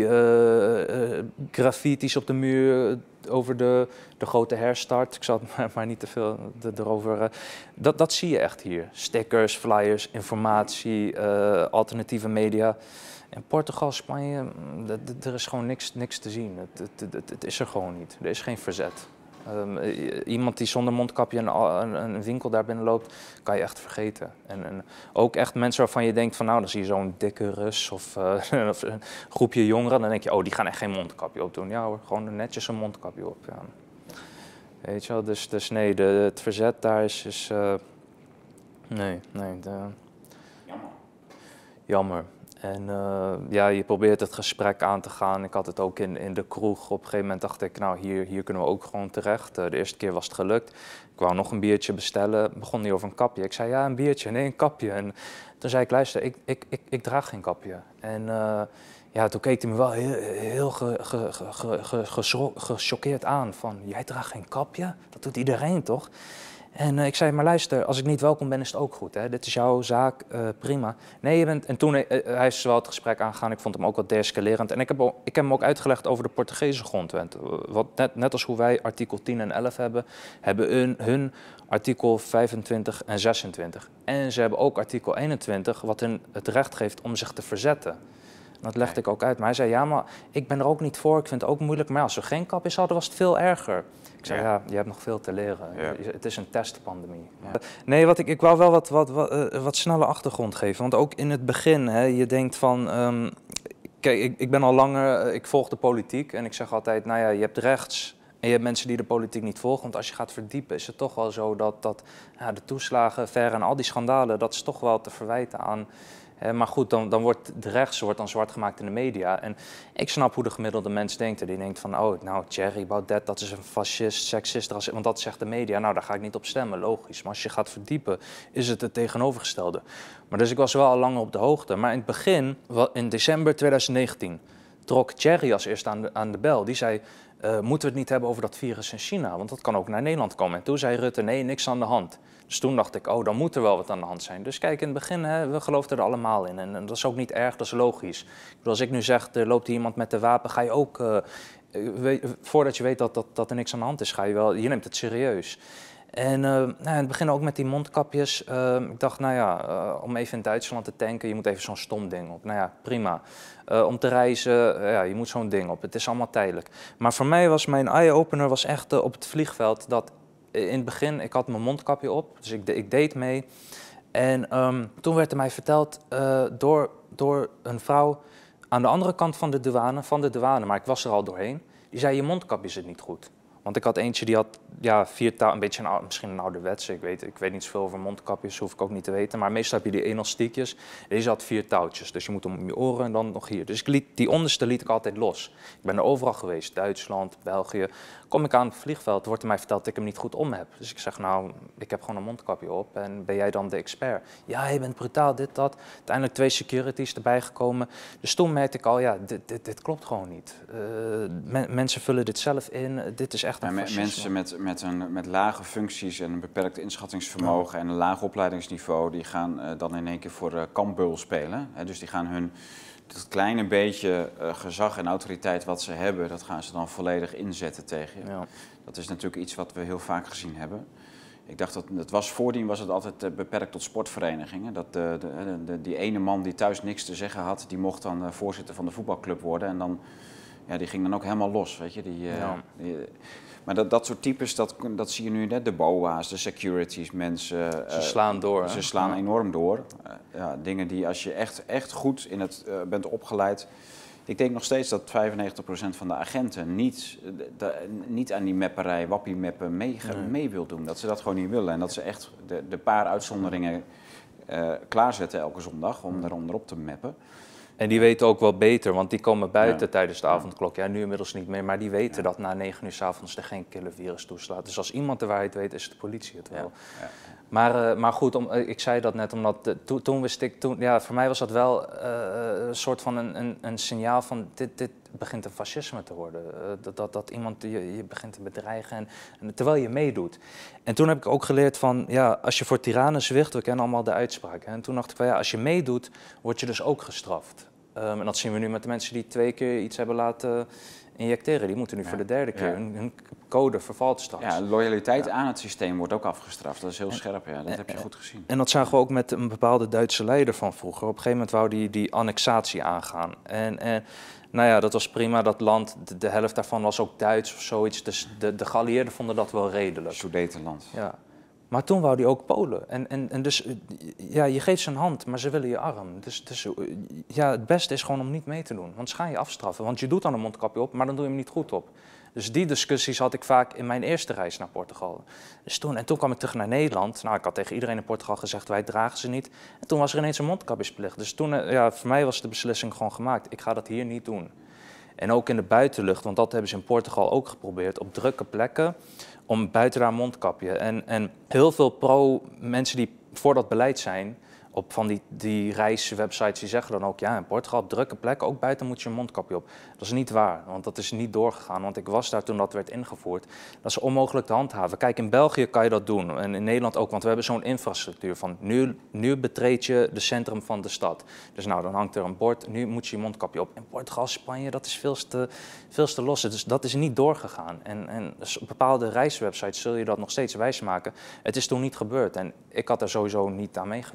uh, uh, graffiti's op de muur over de, de grote herstart. Ik zal het maar, maar niet te veel erover... Uh, dat, dat zie je echt hier. Stickers, flyers, informatie, uh, alternatieve media. In Portugal, Spanje, er is gewoon niks, niks te zien. Het, het, het, het is er gewoon niet. Er is geen verzet. Um, iemand die zonder mondkapje een, een, een winkel daar binnen loopt, kan je echt vergeten. En, en ook echt mensen waarvan je denkt van nou, dan zie je zo'n dikke Rus of, uh, of een groepje jongeren. Dan denk je, oh, die gaan echt geen mondkapje op doen. Ja hoor, gewoon netjes een mondkapje op. Ja. Weet je wel, dus, dus nee, de, het verzet daar is... is uh, nee, nee. De, jammer. Jammer. En uh, ja, je probeert het gesprek aan te gaan. Ik had het ook in, in de kroeg. Op een gegeven moment dacht ik, nou, hier, hier kunnen we ook gewoon terecht. Uh, de eerste keer was het gelukt. Ik wou nog een biertje bestellen. Begon niet over een kapje. Ik zei, ja, een biertje. Nee, een kapje. En toen zei ik, luister, ik, ik, ik, ik draag geen kapje. En uh, ja, toen keek hij me wel heel, heel gechoqueerd ge, ge, ge, ge, aan. Van, jij draagt geen kapje? Dat doet iedereen, toch? En uh, ik zei, maar luister, als ik niet welkom ben, is het ook goed. Hè? Dit is jouw zaak, uh, prima. Nee, je bent... En toen, uh, hij is wel het gesprek aangegaan, ik vond hem ook wat deescalerend. En ik heb, ik heb hem ook uitgelegd over de Portugese grondwet. Wat net, net als hoe wij artikel tien en elf hebben, hebben hun, hun artikel vijfentwintig en zesentwintig. En ze hebben ook artikel eenentwintig, wat hun het recht geeft om zich te verzetten. Dat legde Nee. ik ook uit. Maar hij zei, ja, maar ik ben er ook niet voor. Ik vind het ook moeilijk. Maar als we geen kapjes hadden, was het veel erger. Ik zei, ja, Ja. je hebt nog veel te leren. Ja. Je- Het is een testpandemie. Ja. Nee, wat ik, ik wou wel wat, wat, wat, eh, wat snelle achtergrond geven. Want ook in het begin, hè, je denkt van... ehm, kijk, ik, ik ben al langer, eh, ik volg de politiek. En ik zeg altijd, nou ja, je hebt rechts... En je hebt mensen die de politiek niet volgen. Want als je gaat verdiepen, is het toch wel zo dat, dat ja, de toeslagenaffaire en al die schandalen... dat is toch wel te verwijten aan... Hè, maar goed, dan, dan wordt de rechts wordt dan zwart gemaakt in de media. En ik snap hoe de gemiddelde mens denkt. Die denkt van, oh, nou, Thierry Baudet, dat is een fascist, seksist, racist. Want dat zegt de media. Nou, daar ga ik niet op stemmen, logisch. Maar als je gaat verdiepen, is het het tegenovergestelde. Maar dus ik was wel al langer op de hoogte. Maar in het begin, wel, in december twintig negentien, trok Thierry als eerste aan de, aan de bel. Die zei... Uh, moeten we het niet hebben over dat virus in China? Want dat kan ook naar Nederland komen. En toen zei Rutte, nee, niks aan de hand. Dus toen dacht ik, oh, dan moet er wel wat aan de hand zijn. Dus kijk, in het begin, hè, we geloofden er allemaal in. En, en dat is ook niet erg, dat is logisch. Ik bedoel, als ik nu zeg, er loopt hier iemand met een wapen, ga je ook... Uh, we, voordat je weet dat, dat, dat er niks aan de hand is, ga je wel... Je neemt het serieus. En uh, nou, in het begin ook met die mondkapjes. Uh, ik dacht, nou ja, uh, om even in Duitsland te tanken, je moet even zo'n stom ding op. Nou ja, prima. Uh, om te reizen, uh, ja, je moet zo'n ding op. Het is allemaal tijdelijk. Maar voor mij was mijn eye-opener was echt uh, op het vliegveld dat in het begin, ik had mijn mondkapje op, dus ik, ik deed mee. En um, toen werd er mij verteld uh, door, door een vrouw aan de andere kant van de douane, van de douane, maar ik was er al doorheen. Die zei, je mondkapje zit niet goed. Want ik had eentje die had ja, vier touw, een beetje een, misschien een ouderwetse, ik weet, ik weet niet zoveel over mondkapjes, hoef ik ook niet te weten. Maar meestal heb je die elastiekjes. Deze had vier touwtjes, dus je moet hem om je oren en dan nog hier. Dus ik liet, die onderste liet ik altijd los. Ik ben er overal geweest, Duitsland, België. Kom ik aan het vliegveld, wordt er mij verteld dat ik hem niet goed om heb. Dus ik zeg, nou, ik heb gewoon een mondkapje op en ben jij dan de expert? Ja, je bent brutaal, dit, dat. Uiteindelijk twee securities erbij gekomen. Dus toen merkte ik al, ja, dit, dit, dit klopt gewoon niet. Uh, men, mensen vullen dit zelf in, dit is echt een ja, fascisme. Mensen met, met, een, met lage functies en een beperkt inschattingsvermogen ja. en een laag opleidingsniveau, die gaan uh, dan in één keer voor uh, kampbeul spelen. Hè, dus die gaan hun dat kleine beetje uh, gezag en autoriteit wat ze hebben, dat gaan ze dan volledig inzetten tegen je. Ja. Dat is natuurlijk iets wat we heel vaak gezien hebben. Ik dacht dat het was voordien was het altijd uh, beperkt tot sportverenigingen. Dat de, de, de, die ene man die thuis niks te zeggen had, die mocht dan uh, voorzitter van de voetbalclub worden en dan, ja, die ging dan ook helemaal los, weet je. Die, uh, ja. die, maar dat, dat soort types, dat, dat zie je nu net, de B O A's, de securities, mensen. Ze slaan door. Uh, ze slaan ja. enorm door. Uh, ja, dingen die als je echt, echt goed in het uh, bent opgeleid. Ik denk nog steeds dat vijfennegentig procent van de agenten niet, de, de, niet aan die mepperij, wappiemeppen mee, nee. mee wil doen. Dat ze dat gewoon niet willen. En dat ze echt de, de paar uitzonderingen uh, klaarzetten elke zondag om daaronder te mappen. En die weten ook wel beter, want die komen buiten ja. tijdens de avondklok. Ja, nu inmiddels niet meer, maar die weten ja. dat na negen uur 's avonds er geen killervirus toeslaat. Dus als iemand de waarheid weet, is het de politie het wel. Ja. Ja. Maar, uh, maar goed, om, uh, ik zei dat net, omdat uh, to, toen wist ik, toen, ja, voor mij was dat wel uh, een soort van een, een, een signaal van dit, dit begint een fascisme te worden. Uh, dat, dat, dat iemand je, je begint te bedreigen, en, en, terwijl je meedoet. En toen heb ik ook geleerd van, ja, als je voor tirannen zwicht, we kennen allemaal de uitspraak. Hè? En toen dacht ik van, ja, als je meedoet, word je dus ook gestraft. Um, en dat zien we nu met de mensen die twee keer iets hebben laten injecteren. Die moeten nu ja, voor de derde keer. Ja. Hun, hun code vervalt straks. Ja, loyaliteit ja. aan het systeem wordt ook afgestraft. Dat is heel scherp, ja. Dat en, heb je goed gezien. En dat zagen we ook met een bepaalde Duitse leider van vroeger. Op een gegeven moment wou die, die annexatie aangaan. En, en nou ja, dat was prima. Dat land, de, de helft daarvan was ook Duits of zoiets. Dus de, de geallieerden vonden dat wel redelijk. Sudetenland. Ja. Maar toen wou hij ook Polen. En, en, en dus, ja, je geeft ze een hand, maar ze willen je arm. Dus, dus ja, het beste is gewoon om niet mee te doen. Want ze gaan je afstraffen. Want je doet dan een mondkapje op, maar dan doe je hem niet goed op. Dus die discussies had ik vaak in mijn eerste reis naar Portugal. Dus toen, en toen kwam ik terug naar Nederland. Nou, ik had tegen iedereen in Portugal gezegd, wij dragen ze niet. En toen was er ineens een mondkapjesplicht. Dus toen, ja, voor mij was de beslissing gewoon gemaakt. Ik ga dat hier niet doen. En ook in de buitenlucht, want dat hebben ze in Portugal ook geprobeerd, op drukke plekken, om buiten daar een mondkapje. En, en heel veel pro-mensen die voor dat beleid zijn, op van die, die reiswebsites, die zeggen dan ook, ja, in Portugal op drukke plekken, ook buiten moet je een mondkapje op. Dat is niet waar, want dat is niet doorgegaan, want ik was daar toen dat werd ingevoerd. Dat is onmogelijk te handhaven. Kijk, in België kan je dat doen, en in Nederland ook, want we hebben zo'n infrastructuur van, nu, nu betreed je de centrum van de stad. Dus nou, dan hangt er een bord, nu moet je je mondkapje op. In Portugal, Spanje, dat is veel te, veel te los, dus dat is niet doorgegaan. En, en dus op bepaalde reiswebsites zul je dat nog steeds wijsmaken. Het is toen niet gebeurd, en ik had er sowieso niet aan meegewerkt, want ik weet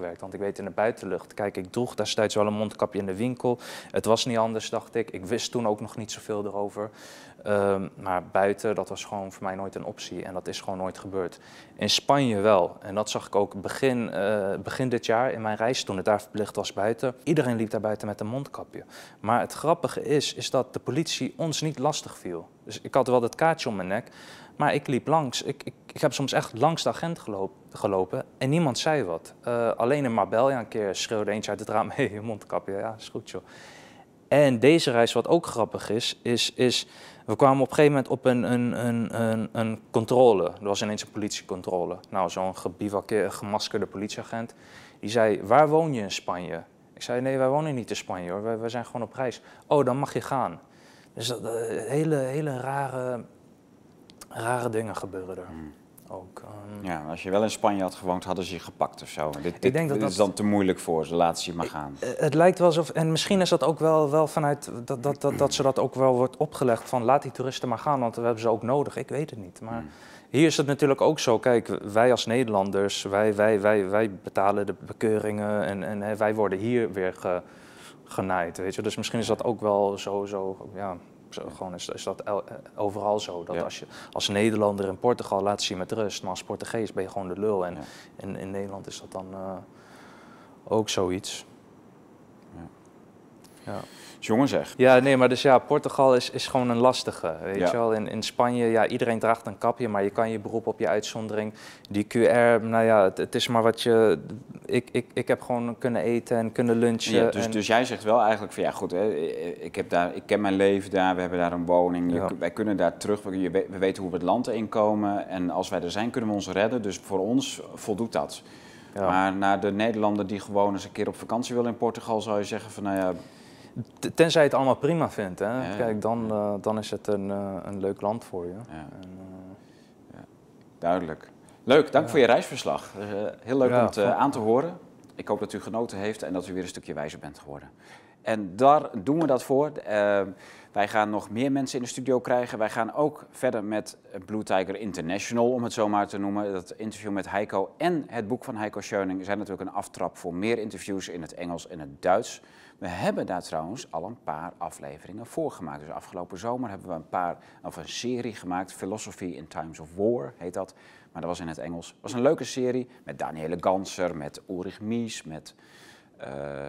centimeter in de buitenlucht. Kijk, ik droeg destijds wel een mondkapje in de winkel. Het was niet anders, dacht ik. Ik wist toen ook nog niet zoveel erover. Um, maar buiten, dat was gewoon voor mij nooit een optie. En dat is gewoon nooit gebeurd. In Spanje wel. En dat zag ik ook begin, uh, begin dit jaar in mijn reis, toen het daar verplicht was buiten. Iedereen liep daar buiten met een mondkapje. Maar het grappige is, is dat de politie ons niet lastig viel. Dus ik had wel dat kaartje om mijn nek. Maar ik liep langs. Ik, ik, ik heb soms echt langs de agent gelopen, gelopen en niemand zei wat. Uh, alleen in Marbella een keer schreeuwde eentje uit het raam, hé, je mondkapje, ja, is goed joh. En deze reis, wat ook grappig is, is, is we kwamen op een gegeven moment op een, een, een, een, een controle. Er was ineens een politiecontrole. Nou, zo'n gemaskerde politieagent. Die zei, waar woon je in Spanje? Ik zei, nee, wij wonen niet in Spanje hoor, wij, wij zijn gewoon op reis. Oh, dan mag je gaan. Dus dat, uh, hele, hele rare, rare dingen gebeuren er. Hmm. Ook, um... Ja, als je wel in Spanje had gewoond, hadden ze je gepakt of zo. Dit, dit, ik denk dat dit dat... is dan te moeilijk voor ze, laat ze je maar gaan. Het lijkt wel alsof, en misschien is dat ook wel, wel vanuit, dat, dat, dat, dat ze dat ook wel wordt opgelegd van laat die toeristen maar gaan, want we hebben ze ook nodig. Ik weet het niet, maar hmm. hier is het natuurlijk ook zo. Kijk, wij als Nederlanders, wij, wij, wij, wij betalen de bekeuringen en, en hè, wij worden hier weer ge, genaaid, weet je. Dus misschien is dat ook wel zo, zo ja... Zo, gewoon is, is dat el, overal zo. Dat ja. als je als Nederlander in Portugal laat zien met rust, maar als Portugees ben je gewoon de lul. En ja. in, in Nederland is dat dan uh, ook zoiets. Ja. Ja. Jongen zeg. Ja, nee, maar dus ja, Portugal is, is gewoon een lastige, weet ja. je wel. In, in Spanje, ja, iedereen draagt een kapje, maar je kan je beroep op je uitzondering. Die Q R, nou ja, het, het is maar wat je... Ik, ik, ik heb gewoon kunnen eten en kunnen lunchen. Ja, dus, en... dus jij zegt wel eigenlijk van, ja goed, hè, ik, heb daar, ik ken mijn leven daar, we hebben daar een woning. Ja. Wij kunnen daar terug, we, we weten hoe we het land inkomen. En als wij er zijn, kunnen we ons redden. Dus voor ons voldoet dat. Ja. Maar naar de Nederlander die gewoon eens een keer op vakantie wil in Portugal, zou je zeggen van, nou ja... Tenzij je het allemaal prima vindt, hè. Ja, Kijk, dan, ja. uh, dan is het een, uh, een leuk land voor je. Ja. En, uh... ja. Duidelijk. Leuk, dank ja. voor je reisverslag. Uh, heel leuk ja, om het uh, aan te horen. Ik hoop dat u genoten heeft en dat u weer een stukje wijzer bent geworden. En daar doen we dat voor. Uh, wij gaan nog meer mensen in de studio krijgen. Wij gaan ook verder met Blue Tiger International, om het zo maar te noemen. Dat interview met Heiko en het boek van Heiko Schöning zijn natuurlijk een aftrap voor meer interviews in het Engels en het Duits. We hebben daar trouwens al een paar afleveringen voor gemaakt. Dus afgelopen zomer hebben we een paar, of een serie gemaakt. Philosophy in Times of War heet dat. Maar dat was in het Engels. Het was een leuke serie met Daniele Ganser, met Ulrich Mies, met... Uh,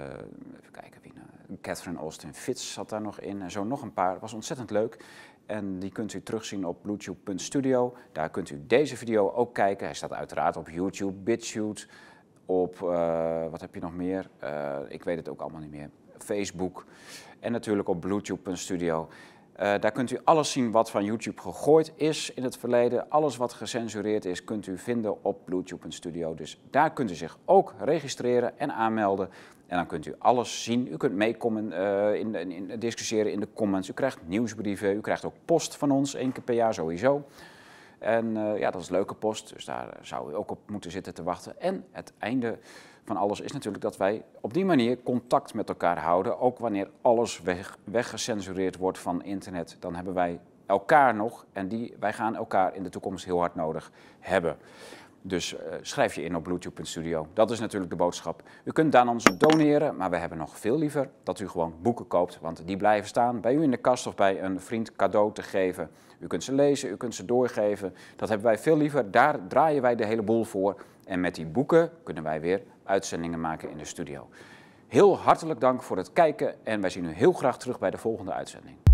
even kijken wie nou... Catherine Austin Fitz zat daar nog in en zo nog een paar. Het was ontzettend leuk. En die kunt u terugzien op bluetooth punt studio. Daar kunt u deze video ook kijken. Hij staat uiteraard op YouTube, BitChute, op... Uh, wat heb je nog meer? Uh, ik weet het ook allemaal niet meer. Facebook en natuurlijk op bluetooth punt studio. Uh, daar kunt u alles zien wat van YouTube gegooid is in het verleden. Alles wat gecensureerd is kunt u vinden op bluetooth punt studio. Dus daar kunt u zich ook registreren en aanmelden. En dan kunt u alles zien. U kunt meekomen, uh, in, in, in, discussiëren in de comments. U krijgt nieuwsbrieven. U krijgt ook post van ons, één keer per jaar sowieso. En uh, ja, dat is leuke post. Dus daar zou u ook op moeten zitten te wachten. En het einde van alles is natuurlijk dat wij op die manier contact met elkaar houden. Ook wanneer alles weg, weggecensureerd wordt van internet, dan hebben wij elkaar nog. En die, wij gaan elkaar in de toekomst heel hard nodig hebben. Dus uh, schrijf je in op bluetooth punt studio. Dat is natuurlijk de boodschap. U kunt daar ons doneren, maar we hebben nog veel liever dat u gewoon boeken koopt. Want die blijven staan bij u in de kast of bij een vriend cadeau te geven. U kunt ze lezen, u kunt ze doorgeven. Dat hebben wij veel liever. Daar draaien wij de hele boel voor. En met die boeken kunnen wij weer uitzendingen maken in de studio. Heel hartelijk dank voor het kijken en wij zien u heel graag terug bij de volgende uitzending.